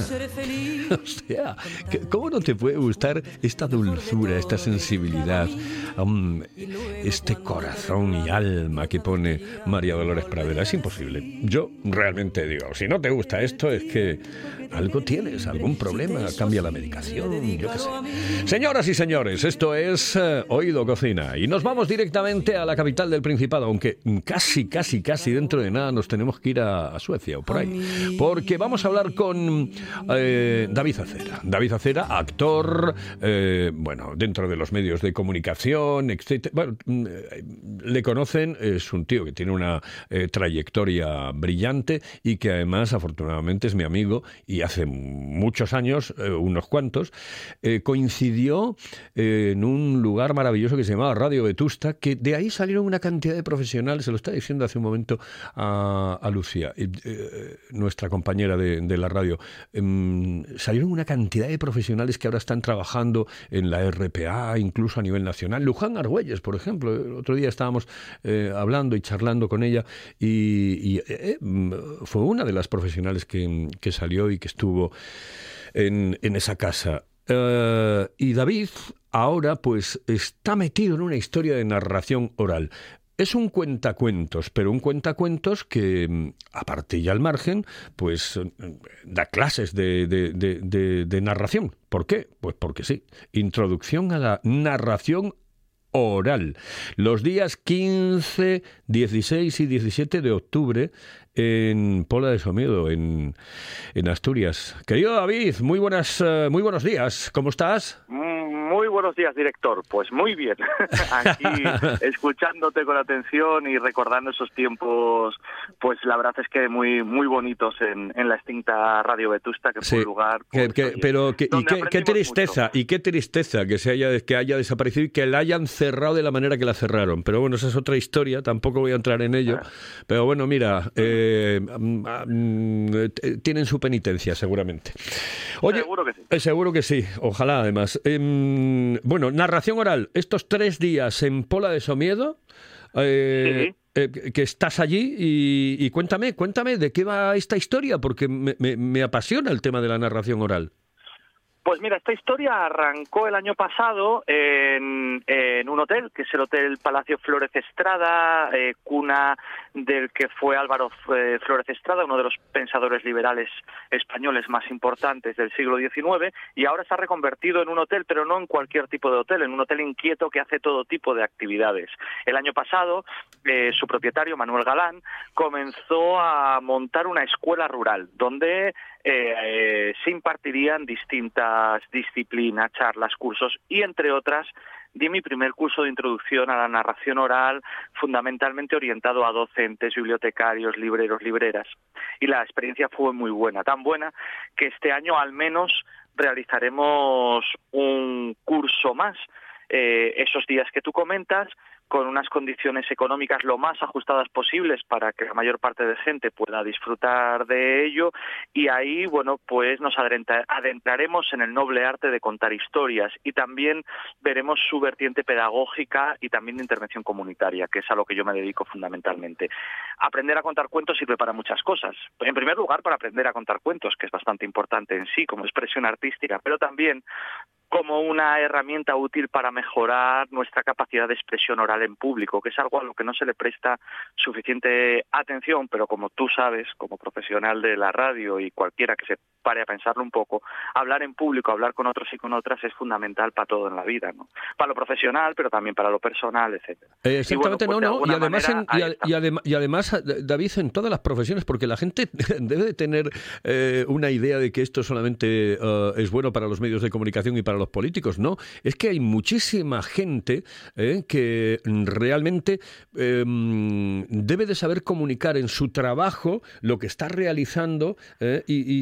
O sea, ¿cómo no te puede gustar esta dulzura, esta sensibilidad, um, este corazón y alma que pone María Dolores Pradera? Es imposible. Yo realmente digo, si no te gusta esto, es que algo tienes, algún problema, cambia la medicación, yo qué sé. Señoras y señores, esto es uh, Oído Cocina y nos vamos directamente a la capital del Principado, aunque casi, casi, casi dentro de nada nos tenemos que ir a, a Suecia o por ahí, porque vamos a hablar con eh, David Acera. David Acera, actor, eh, bueno, dentro de los medios de comunicación, etcétera. Bueno, eh, le conocen, es un tío que tiene una eh, trayectoria brillante y que además, afortunadamente, es mi amigo y hace muchos años, eh, unos cuantos, eh, coincidió eh, en un lugar maravilloso que se llamaba Radio Vetusta, que de ahí salieron una cantidad de profesionales, se lo estaba diciendo hace un momento a, a Lucía, eh, eh, nuestra compañera de, de la radio, eh, salieron una cantidad de profesionales que ahora están trabajando en la R P A, incluso a nivel nacional. Luján Argüelles, por ejemplo, el otro día estábamos eh, hablando y charlando con ella y, y eh, fue una de las profesionales que, que salió y que estuvo en, en esa casa. Uh, y David ahora pues está metido en una historia de narración oral. Es un cuentacuentos, pero un cuentacuentos que, aparte y al margen, pues da clases de, de, de, de, de narración. ¿Por qué? Pues porque sí. Introducción a la narración oral. Los días quince, dieciséis y diecisiete de octubre en Pola de Somiedo, en, en Asturias. Querido David, muy buenas, uh, muy buenos días. ¿Cómo estás? Muy buenos días, director. Pues muy bien. Aquí escuchándote con atención y recordando esos tiempos, pues la verdad es que muy muy bonitos en, en la extinta Radio Vetusta, que sí, fue un lugar... Pues, que, que, oye, pero que, y qué, qué tristeza, mucho. y qué tristeza que se haya que haya desaparecido y que la hayan cerrado de la manera que la cerraron. Pero bueno, esa es otra historia, tampoco voy a entrar en ello. Ah. Pero bueno, mira, eh, tienen su penitencia seguramente. Oye, seguro que sí. Eh, seguro que sí, ojalá además. Eh, bueno, narración oral, estos tres días en Pola de Somiedo, eh, sí. eh, que estás allí y, y cuéntame, cuéntame de qué va esta historia, porque me, me, me apasiona el tema de la narración oral. Pues mira, esta historia arrancó el año pasado en, en un hotel, que es el Hotel Palacio Flórez Estrada, eh, cuna del que fue Álvaro eh, Flórez Estrada, uno de los pensadores liberales españoles más importantes del siglo diecinueve, y ahora se ha reconvertido en un hotel, pero no en cualquier tipo de hotel, en un hotel inquieto que hace todo tipo de actividades. El año pasado, eh, su propietario, Manuel Galán, comenzó a montar una escuela rural, donde Eh, eh, se impartirían distintas disciplinas, charlas, cursos y, entre otras, di mi primer curso de introducción a la narración oral, fundamentalmente orientado a docentes, bibliotecarios, libreros, libreras. Y la experiencia fue muy buena, tan buena que este año al menos realizaremos un curso más. Eh, esos días que tú comentas, con unas condiciones económicas lo más ajustadas posibles para que la mayor parte de gente pueda disfrutar de ello, y ahí, bueno, pues nos adentraremos en el noble arte de contar historias y también veremos su vertiente pedagógica y también de intervención comunitaria, que es a lo que yo me dedico fundamentalmente. Aprender a contar cuentos sirve para muchas cosas. En primer lugar, para aprender a contar cuentos, que es bastante importante en sí como expresión artística, pero también como una herramienta útil para mejorar nuestra capacidad de expresión oral en público, que es algo a lo que no se le presta suficiente atención, pero como tú sabes, como profesional de la radio y cualquiera que se pare a pensarlo un poco, hablar en público, hablar con otros y con otras es fundamental para todo en la vida, ¿no? Para lo profesional, pero también para lo personal, etcétera. Eh, exactamente, y bueno, pues no, no, y además, manera, en, y, a, y, adem y además, David, en todas las profesiones, porque la gente debe de tener eh, una idea de que esto solamente uh, es bueno para los medios de comunicación y para los políticos, ¿no? Es que hay muchísima gente eh, que realmente eh, debe de saber comunicar en su trabajo lo que está realizando eh, y, y tener esa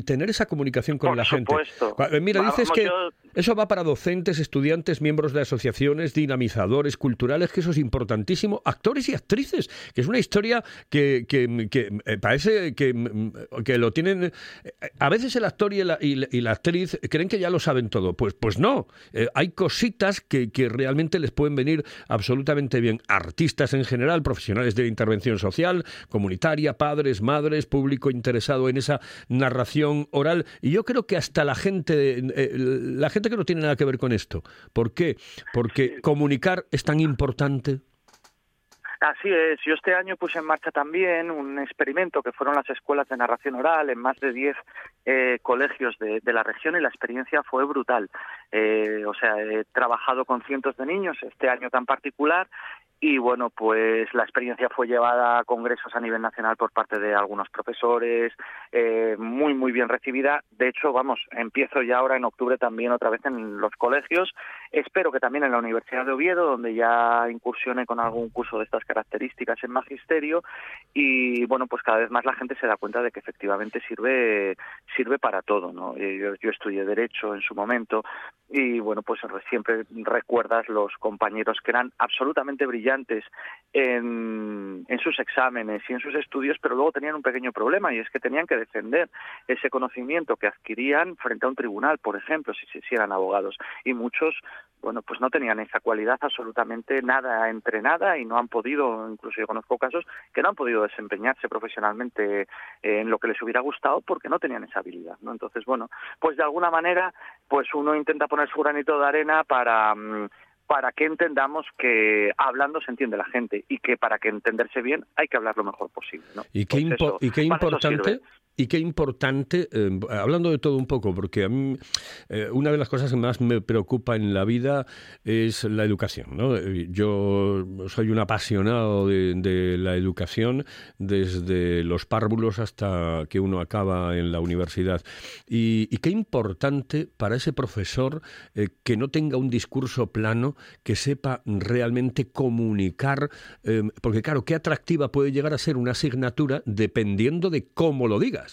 comunicación con Por la supuesto. gente. Mira, dices Vamos, que yo... eso va para docentes, estudiantes, miembros de asociaciones, dinamizadores culturales, que eso es importantísimo, actores y actrices, que es una historia que, que, que eh, parece que, que lo tienen... A veces el actor y la, y la, y la actriz creen que ya lo saben todo. Pues, pues no, eh, hay cositas que, que realmente les pueden venir absolutamente bien. Artistas en general, profesionales de intervención social, comunitaria, padres, madres, público interesado en esa narración oral. Y yo creo que hasta la gente, eh, la gente que no tiene nada que ver con esto. ¿Por qué? Porque comunicar es tan importante. Así es, yo este año puse en marcha también un experimento que fueron las escuelas de narración oral en más de diez eh, colegios de, de la región y la experiencia fue brutal. Eh, o sea, he trabajado con cientos de niños este año tan particular. Y bueno, pues la experiencia fue llevada a congresos a nivel nacional por parte de algunos profesores, eh, muy, muy bien recibida. De hecho, vamos, empiezo ya ahora en octubre también otra vez en los colegios. Espero que también en la Universidad de Oviedo, donde ya incursione con algún curso de estas características en magisterio. Y bueno, pues cada vez más la gente se da cuenta de que efectivamente sirve sirve para todo, ¿no? Yo, yo estudié Derecho en su momento y bueno, pues siempre recuerdas los compañeros que eran absolutamente brillantes En, en sus exámenes y en sus estudios, pero luego tenían un pequeño problema y es que tenían que defender ese conocimiento que adquirían frente a un tribunal, por ejemplo, si, si eran abogados. Y muchos, bueno, pues no tenían esa cualidad absolutamente nada entrenada y no han podido, incluso yo conozco casos que no han podido desempeñarse profesionalmente en lo que les hubiera gustado porque no tenían esa habilidad, ¿no? Entonces, bueno, pues de alguna manera, pues uno intenta poner su granito de arena para... para que entendamos que hablando se entiende la gente y que para que entenderse bien hay que hablar lo mejor posible, ¿no? Y qué, Pues impo eso, y qué importante... Y qué importante, eh, hablando de todo un poco, porque a mí eh, una de las cosas que más me preocupa en la vida es la educación, ¿no? Yo soy un apasionado de, de la educación desde los párvulos hasta que uno acaba en la universidad. Y, y qué importante para ese profesor eh, que no tenga un discurso plano, que sepa realmente comunicar, eh, porque claro, qué atractiva puede llegar a ser una asignatura dependiendo de cómo lo digas.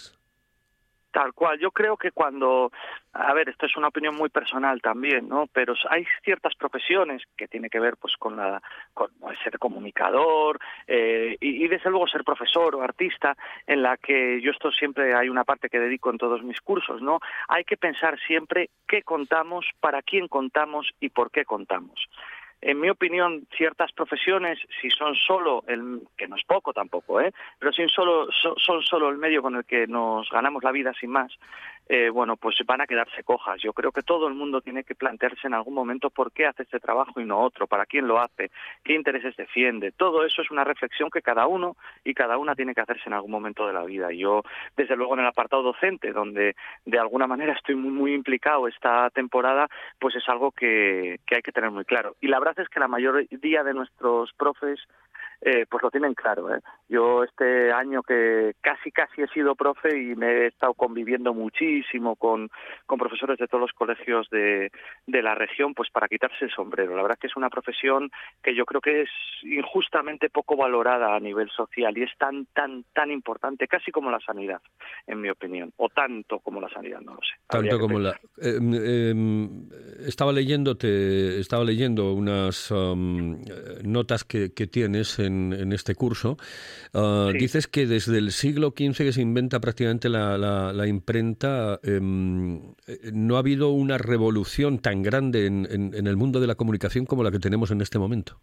Tal cual, yo creo que cuando, a ver, esto es una opinión muy personal también, ¿no? Pero hay ciertas profesiones que tiene que ver pues con la con ser comunicador eh, y, y desde luego ser profesor o artista, en la que yo esto siempre hay una parte que dedico en todos mis cursos, ¿no? Hay que pensar siempre qué contamos, para quién contamos y por qué contamos. En mi opinión, ciertas profesiones, si son solo, el, que no es poco tampoco, ¿eh? pero si solo, so, son solo el medio con el que nos ganamos la vida sin más, eh, bueno, pues van a quedarse cojas. Yo creo que todo el mundo tiene que plantearse en algún momento por qué hace este trabajo y no otro, para quién lo hace, qué intereses defiende. Todo eso es una reflexión que cada uno y cada una tiene que hacerse en algún momento de la vida. Yo, desde luego, en el apartado docente, donde de alguna manera estoy muy, muy implicado esta temporada, pues es algo que, que hay que tener muy claro. Y la verdad es que la mayoría de nuestros profes eh, pues lo tienen claro, ¿eh? Yo este año que casi casi he sido profe y me he estado conviviendo muchísimo con, con profesores de todos los colegios de, de la región, pues para quitarse el sombrero. La verdad es que es una profesión que yo creo que es injustamente poco valorada a nivel social y es tan, tan, tan importante, casi como la sanidad, en mi opinión, o tanto como la sanidad, no lo sé. Tanto como la... Eh, eh, estaba leyéndote, estaba leyendo unas um, notas que, que tienes en, en este curso. Uh, sí. Dices que desde el siglo quince que se inventa prácticamente la, la, la imprenta, eh, no ha habido una revolución tan grande en, en, en el mundo de la comunicación como la que tenemos en este momento.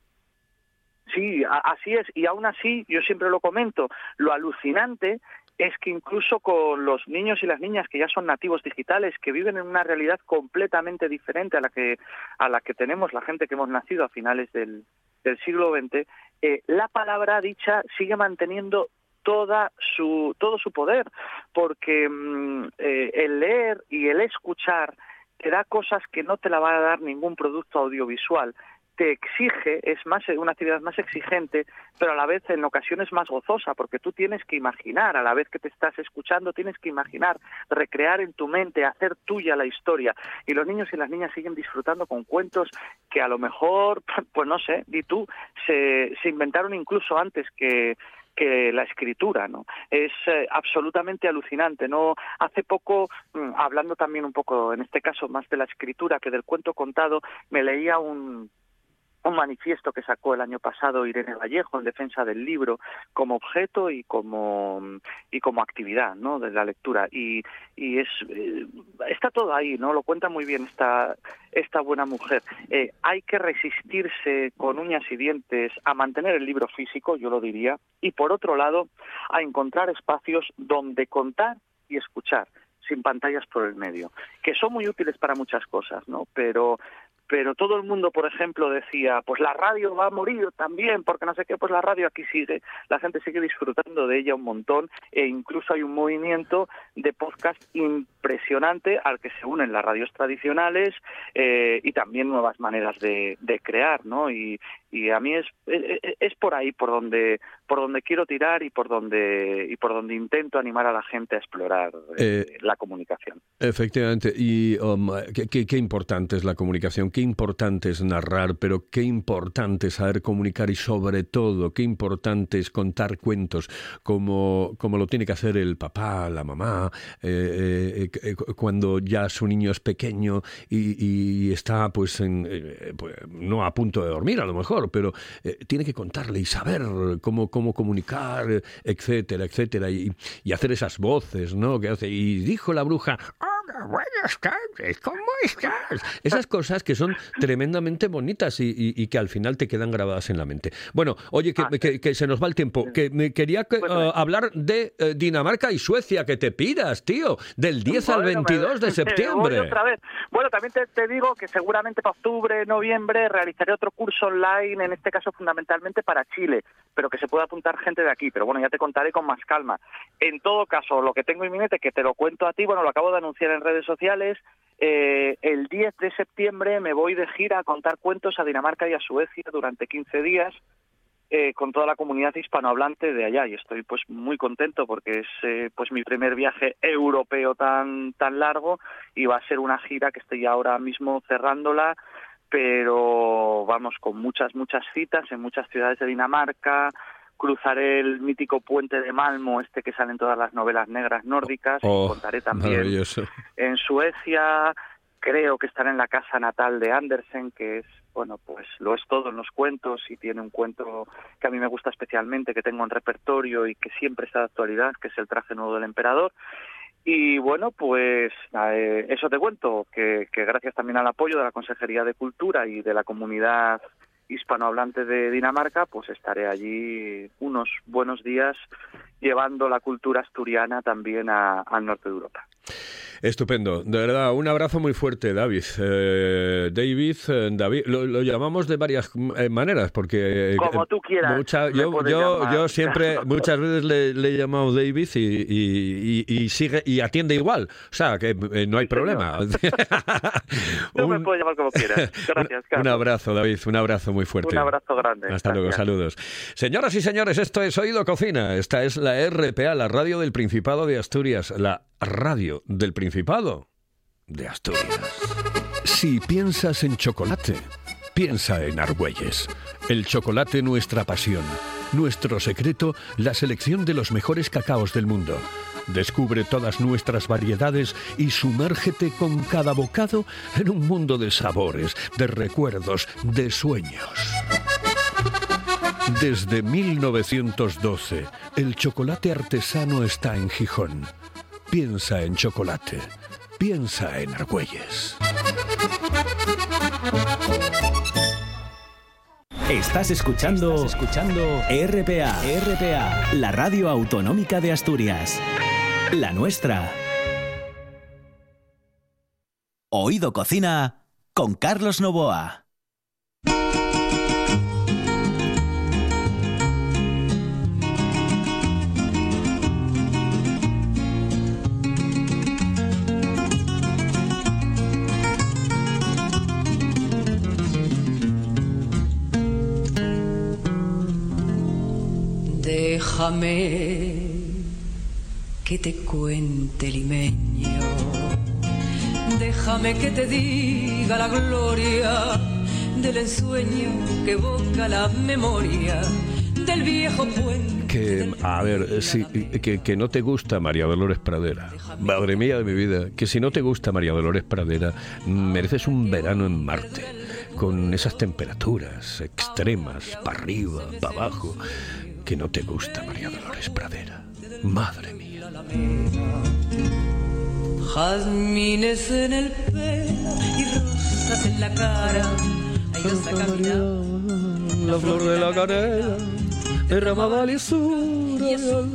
Sí, así es, y aún así, yo siempre lo comento, lo alucinante es que incluso con los niños y las niñas que ya son nativos digitales, que viven en una realidad completamente diferente a la que a la que tenemos la gente que hemos nacido a finales del, del siglo veinte, eh, la palabra dicha sigue manteniendo toda su todo su poder, porque mm, eh, el leer y el escuchar te da cosas que no te la va a dar ningún producto audiovisual. Te exige, es más una actividad más exigente, pero a la vez en ocasiones más gozosa, porque tú tienes que imaginar, a la vez que te estás escuchando, tienes que imaginar, recrear en tu mente, hacer tuya la historia. Y los niños y las niñas siguen disfrutando con cuentos que a lo mejor, pues no sé, di tú, se, se inventaron incluso antes que que la escritura, ¿no? Es eh, absolutamente alucinante, ¿no? Hace poco, mmm, hablando también un poco, en este caso, más de la escritura que del cuento contado, me leía un... un manifiesto que sacó el año pasado Irene Vallejo en defensa del libro como objeto y como y como actividad, ¿no?, de la lectura, y y es eh, está todo ahí, ¿no? Lo cuenta muy bien esta esta buena mujer. Eh, hay que resistirse con uñas y dientes a mantener el libro físico, yo lo diría, y por otro lado a encontrar espacios donde contar y escuchar sin pantallas por el medio, que son muy útiles para muchas cosas, ¿no? Pero pero todo el mundo, por ejemplo, decía, pues la radio va a morir también, porque no sé qué, pues la radio aquí sigue, la gente sigue disfrutando de ella un montón, e incluso hay un movimiento de podcast impresionante al que se unen las radios tradicionales eh, y también nuevas maneras de, de crear, ¿no? Y, y a mí es, es es por ahí por donde por donde quiero tirar y por donde y por donde intento animar a la gente a explorar eh, eh, la comunicación. Efectivamente, y um, qué, qué, qué importante es la comunicación, qué importante es narrar, pero qué importante es saber comunicar y sobre todo qué importante es contar cuentos como, como lo tiene que hacer el papá, la mamá, eh, eh, cuando ya su niño es pequeño y, y está pues, en, eh, pues no a punto de dormir a lo mejor, pero eh, tiene que contarle y saber cómo, cómo comunicar, etcétera, etcétera, y, y hacer esas voces, ¿no?, que hace, y dijo la bruja, hola, buenas tardes, ¿cómo estás? Esas cosas que son tremendamente bonitas y, y, y que al final te quedan grabadas en la mente. Bueno, oye, que, ah, que, que se nos va el tiempo, que me quería que, uh, hablar de uh, Dinamarca y Suecia, que te piras, tío, del diez bueno, al veintidós me, de septiembre. Voy otra vez. Bueno, también te, te digo que seguramente para octubre, noviembre, realizaré otro curso online, en este caso fundamentalmente para Chile, pero que se pueda apuntar gente de aquí, pero bueno, ya te contaré con más calma. En todo caso, lo que tengo inminente, que te lo cuento a ti, bueno, lo acabo de anunciar en redes sociales, eh, el diez de septiembre me voy de gira a contar cuentos a Dinamarca y a Suecia durante quince días, eh, con toda la comunidad hispanohablante de allá, y estoy pues muy contento porque es eh, pues mi primer viaje europeo tan tan largo, y va a ser una gira que estoy ahora mismo cerrándola, pero vamos, con muchas, muchas citas en muchas ciudades de Dinamarca. Cruzaré el mítico puente de Malmo, este que sale en todas las novelas negras nórdicas, oh, y contaré también en Suecia. Creo que estaré en la casa natal de Andersen, que es, bueno, pues lo es todo en los cuentos, y tiene un cuento que a mí me gusta especialmente, que tengo en repertorio y que siempre está de actualidad, que es El traje nuevo del emperador. Y bueno, pues eh, eso te cuento, que, que gracias también al apoyo de la Consejería de Cultura y de la comunidad hispanohablante de Dinamarca, pues estaré allí unos buenos días llevando la cultura asturiana también a, al norte de Europa. Estupendo, de verdad, un abrazo muy fuerte, David. Eh, David, eh, David, lo, lo llamamos de varias eh, maneras, porque... Eh, Como tú quieras. Mucha, yo, yo, yo siempre, muchas veces le, le he llamado David y, y, y, y sigue y atiende igual, o sea, que eh, no hay problema. Tú me puedes llamar como quieras. Gracias, Carlos. Un abrazo, David, un abrazo muy fuerte. Un abrazo grande. Hasta Gracias. Luego, saludos. Señoras y señores, esto es Oído Cocina, esta es la R P A, la radio del Principado de Asturias, la radio del Principado de Asturias. Si piensas en chocolate, piensa en Argüelles. El chocolate, nuestra pasión. Nuestro secreto, la selección de los mejores cacaos del mundo. Descubre todas nuestras variedades y sumérgete con cada bocado en un mundo de sabores, de recuerdos, de sueños. Desde mil novecientos doce, el chocolate artesano está en Gijón. Piensa en chocolate. Piensa en Argüelles. Estás escuchando, Estás escuchando R P A, R P A, la radio autonómica de Asturias. La nuestra. Oído Cocina con Carlos Novoa. Déjame que te cuente limeño, déjame que te diga la gloria del ensueño que evoca la memoria del viejo puente. que, a ver, sí, que, que no te gusta María Dolores Pradera. Madre mía de mi vida, que si no te gusta María Dolores Pradera, mereces un verano en Marte, con esas temperaturas extremas, para arriba, para abajo. Que no te gusta María Dolores Pradera. Madre mía. Jazmines en el pelo y rosas en la cara. La flor de la canela derramaba lisura.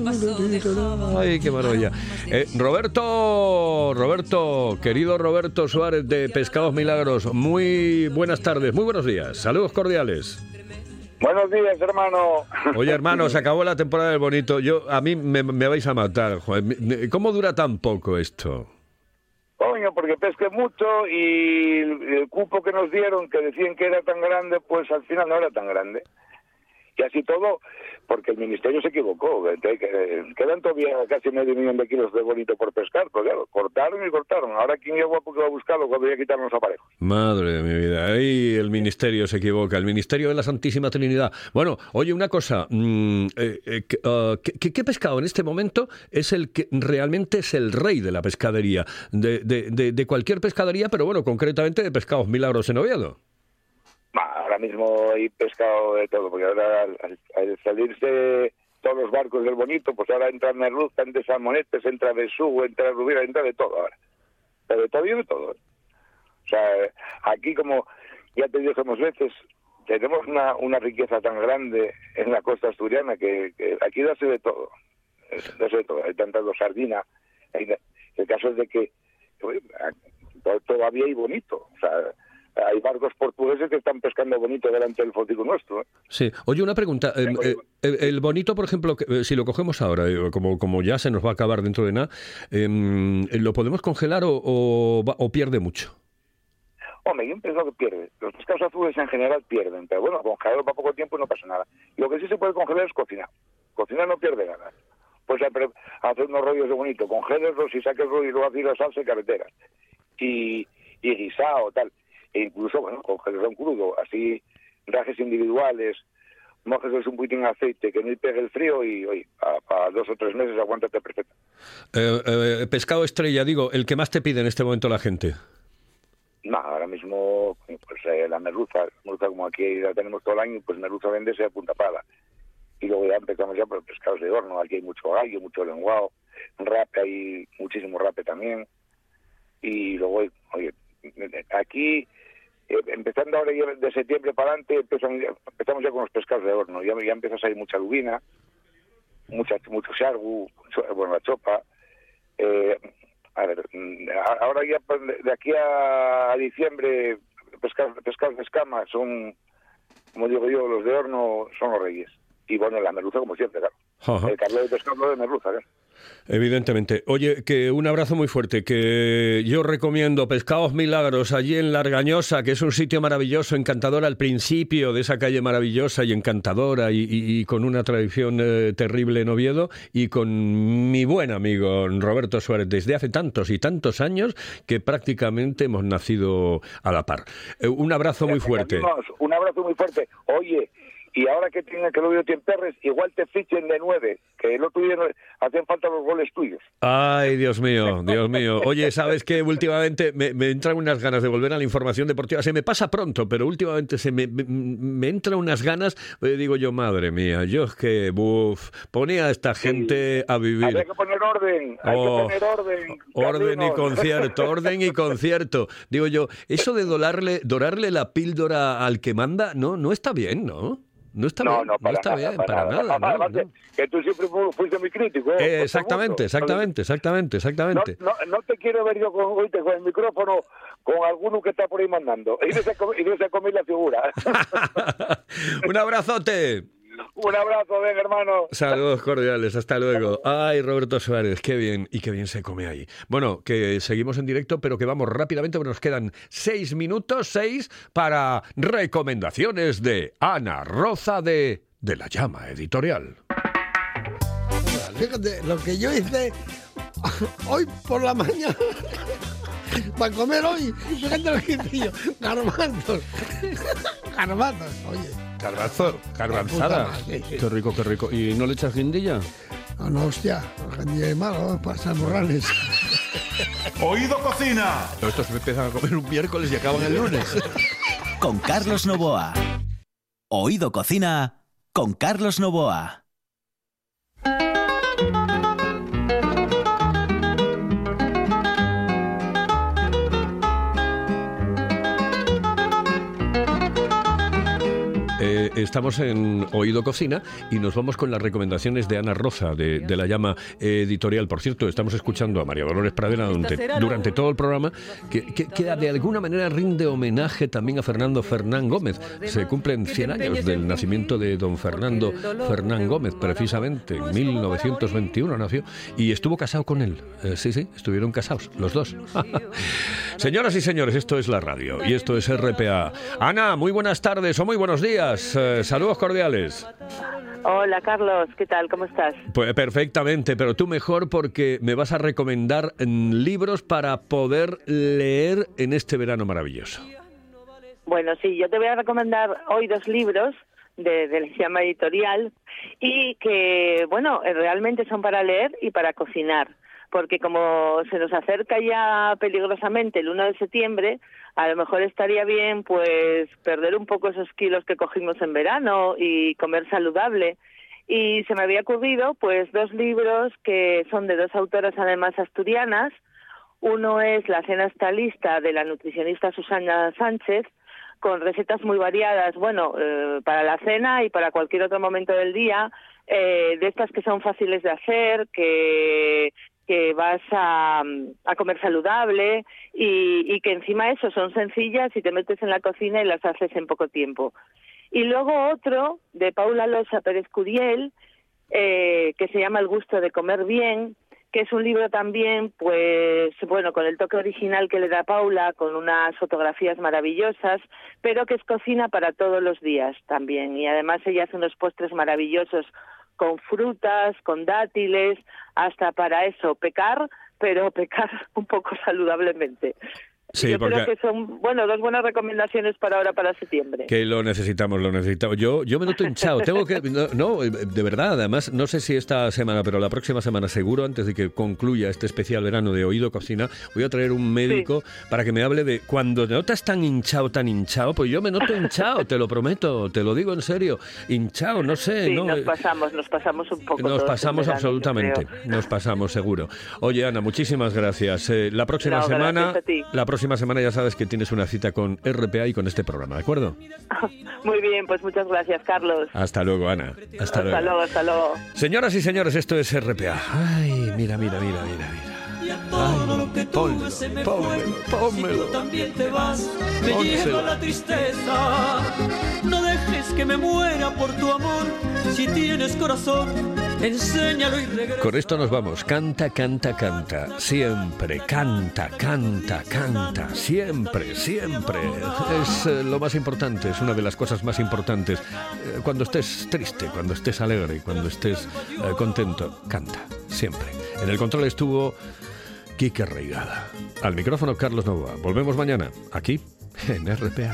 Ay, qué maravilla. Eh, Roberto, Roberto, querido Roberto Suárez de Pescados Milagros, muy buenas tardes, muy buenos días, saludos cordiales. Buenos días, hermano. Oye, hermano, se acabó la temporada del bonito. Yo, a mí me, me vais a matar, joder. ¿Cómo dura tan poco esto? Coño, porque pesqué mucho y el cupo que nos dieron, que decían que era tan grande, pues al final no era tan grande. Y así todo, porque el ministerio se equivocó. Quedan todavía casi medio millón de kilos de bonito por pescar, pues claro, cortaron y cortaron. Ahora quién es guapo que va a buscarlo cuando voy a quitar los aparejos. Madre de mi vida, ahí el ministerio se equivoca, el ministerio de la Santísima Trinidad. Bueno, oye, una cosa, mmm, eh, eh, uh, ¿qué, ¿qué pescado en este momento es el que realmente es el rey de la pescadería? De, de, de, de cualquier pescadería, pero bueno, concretamente de Pescados Milagros en Oviedo. Ahora mismo hay pescado de todo, porque ahora al, al salirse todos los barcos del bonito, pues ahora entra merluza, entra salmonetes, entra besugo, entra rubira, entra de todo ahora. Pero de todo y de todo. O sea, aquí como ya te dijimos veces, tenemos una, una riqueza tan grande en la costa asturiana que, que aquí dase de todo. Dase de todo. Hay tantas dos sardinas. Hay, el caso es de que todavía hay bonito. O sea, hay barcos portugueses que están pescando bonito delante del fotico nuestro. ¿eh? Sí. Oye, una pregunta. Eh, eh, el, el bonito, por ejemplo, que, si lo cogemos ahora, eh, como, como ya se nos va a acabar dentro de nada, eh, ¿lo podemos congelar o, o, o pierde mucho? Hombre, yo pienso que pierde. Los pescados azules en general pierden, pero bueno, congelarlo para poco tiempo no pasa nada. Lo que sí se puede congelar es cocinar. Cocinar no pierde nada. Pues hacer unos rollos de bonito, congélenlos y saques rollo y luego hacer la salsa y carreteras. Y, y guisado, tal. E incluso, bueno, congelarlo en crudo, así rajes individuales, mojes un poquitín en aceite, que no pegue el frío y, oye, para dos o tres meses aguántate perfecto. Eh, eh, pescado estrella, digo, el que más te pide en este momento la gente. No, ahora mismo, pues eh, la merluza, merluza como aquí la tenemos todo el año, pues merluza vendese a punta pala. Y luego ya empezamos ya por pescados de horno, aquí hay mucho gallo, mucho lenguado, rape, hay muchísimo rape también. Y luego, oye, aquí, eh, empezando ahora ya de septiembre para adelante, empezamos ya, empezamos ya con los pescados de horno, ya, ya empieza a salir mucha lubina, mucha, mucho sargu, bueno, la chopa. Eh, a ver, ahora ya de aquí a diciembre, pescados, pescados de escama son, como digo yo, los de horno son los reyes. Y bueno, la merluza como siempre, claro. Ajá. El carlo de pescado de merluza, ¿eh? Evidentemente. Oye, que un abrazo muy fuerte, que yo recomiendo Pescados Milagros, allí en La Argañosa, que es un sitio maravilloso, encantador al principio de esa calle maravillosa y encantadora y, y, y con una tradición eh, terrible en Oviedo, y con mi buen amigo Roberto Suárez, desde hace tantos y tantos años que prácticamente hemos nacido a la par. Eh, un abrazo muy fuerte. Un abrazo muy fuerte. Oye, y ahora que tienen que lo veo en Perres, igual te fichen de nueve, que el otro día no, hacen falta los goles tuyos. Ay, Dios mío, Dios mío. Oye, ¿sabes qué? Últimamente me, me entran unas ganas de volver a la información deportiva. Se me pasa pronto, pero últimamente se me, me, me entran unas ganas, eh, digo yo, madre mía, yo es que, buf, ponía a esta gente sí. a vivir. Hay que poner orden, hay oh, que poner orden. Orden y concierto, orden y concierto. Digo yo, eso de dorarle, dorarle la píldora al que manda, no, no está bien, ¿no? No está no, bien, no, para no está nada, bien, para, para nada. nada no, no. Que tú siempre fuiste muy crítico. Eh, exactamente, exactamente, exactamente, exactamente. No, no, no te quiero ver yo con, oíste, con el micrófono con alguno que está por ahí mandando. Y no se, y no se comer la figura. Un abrazote. Un abrazo, ven, hermano. Saludos cordiales, hasta luego. Ay, Roberto Suárez, qué bien, y qué bien se come ahí. Bueno, que seguimos en directo, pero que vamos rápidamente, porque nos quedan seis minutos, seis, para recomendaciones de Ana Roza de, de La Llama Editorial. Fíjate, lo que yo hice hoy por la mañana, para comer hoy, fíjate lo que hice yo, garbanzos, garbanzos, oye. Garbanzo, garbanzada. Sí, sí. Qué rico, qué rico. ¿Y no le echas guindilla? No, no, hostia, el es malo, pasa morrales. Oído Cocina. Estos empiezan a comer un miércoles y acaban el lunes. Con Carlos Novoa. Oído Cocina con Carlos Novoa. Eh, estamos en Oído Cocina y nos vamos con las recomendaciones de Ana Roza, de, de La Llama Editorial. Por cierto, estamos escuchando a María Dolores Pradera durante, durante todo el programa, que, que, que de alguna manera rinde homenaje también a Fernando Fernán Gómez. Se cumplen cien años del nacimiento de don Fernando Fernán Gómez, precisamente en mil novecientos veintiuno nació, y estuvo casado con él. Eh, sí, sí, estuvieron casados, los dos. Señoras y señores, esto es la radio y esto es R P A. Ana, muy buenas tardes o muy buenos días. Eh, saludos cordiales. Hola Carlos, ¿qué tal? ¿Cómo estás? Pues perfectamente, pero tú mejor porque me vas a recomendar mm, libros para poder leer en este verano maravilloso. Bueno, sí, yo te voy a recomendar hoy dos libros de, de La Llama Editorial y que, bueno, realmente son para leer y para cocinar, porque como se nos acerca ya peligrosamente el uno de septiembre, a lo mejor estaría bien pues perder un poco esos kilos que cogimos en verano y comer saludable. Y se me había ocurrido pues dos libros que son de dos autoras además asturianas. Uno es La cena está lista, de la nutricionista Susana Sánchez, con recetas muy variadas, bueno, eh, para la cena y para cualquier otro momento del día, eh, de estas que son fáciles de hacer, que... que vas a, a comer saludable y, y que encima eso son sencillas y te metes en la cocina y las haces en poco tiempo. Y luego otro de Paula Losa Pérez Curiel, eh, que se llama El gusto de comer bien, que es un libro también, pues bueno, con el toque original que le da Paula, con unas fotografías maravillosas, pero que es cocina para todos los días también. Y además ella hace unos postres maravillosos con frutas, con dátiles, hasta para eso, pecar, pero pecar un poco saludablemente. Sí, yo porque... creo que son, bueno, dos buenas recomendaciones para ahora, para septiembre. Que lo necesitamos, lo necesitamos. Yo, yo me noto hinchado. Tengo que, no, no, de verdad, además, no sé si esta semana, pero la próxima semana seguro, antes de que concluya este especial verano de Oído Cocina, voy a traer un médico sí. para que me hable de cuando notas tan hinchado, tan hinchado, pues yo me noto hinchado, te lo prometo, te lo digo en serio. Hinchado, no sé. Sí, no, nos pasamos, nos pasamos un poco. Nos pasamos verano, absolutamente, nos pasamos seguro. Oye, Ana, muchísimas gracias. Eh, la próxima no, semana, a ti. la próxima semana ya sabes que tienes una cita con R P A y con este programa, ¿de acuerdo? Muy bien, pues muchas gracias, Carlos. Hasta luego, Ana. Hasta, hasta luego. luego, hasta luego. Señoras y señores, esto es R P A. Ay, mira, mira, mira, mira, mira. Y a todo lo que tuve se me fue. Si tú también te vas, me lleva la tristeza. No dejes que me muera por tu amor. Si tienes corazón, enséñalo y regresa. Con esto nos vamos. Canta, canta, canta. Siempre. Canta, canta, canta. Siempre, siempre. Es eh, lo más importante. Es una de las cosas más importantes. Eh, cuando estés triste, cuando estés alegre, cuando estés eh, contento, canta. Siempre. En el control estuvo Quique Reigada. Al micrófono Carlos Novoa. Volvemos mañana, aquí, en R P A.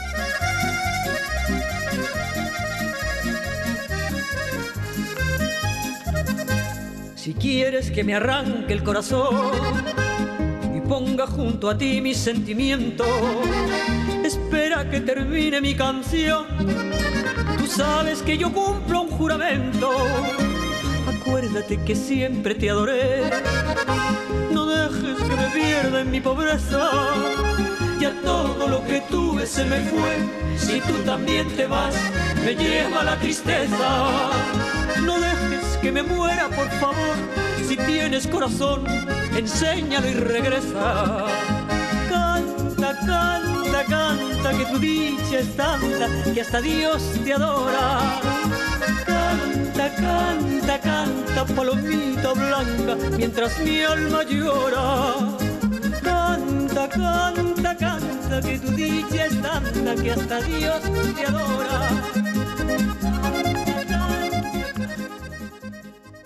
Si quieres que me arranque el corazón y ponga junto a ti mis sentimientos, espera que termine mi canción. Tú sabes que yo cumplo un juramento. Acuérdate que siempre te adoré. No dejes que me pierda en mi pobreza. Ya todo lo que tuve se me fue. Si tú también te vas, me lleva la tristeza. No dejes que me muera, por favor. Si tienes corazón, enséñalo y regresa. Canta, canta, canta, que tu dicha es tanta que hasta Dios te adora. Canta, canta, canta, palomita blanca, mientras mi alma llora. Canta, canta, canta, que tu dicha es tanta que hasta Dios te adora.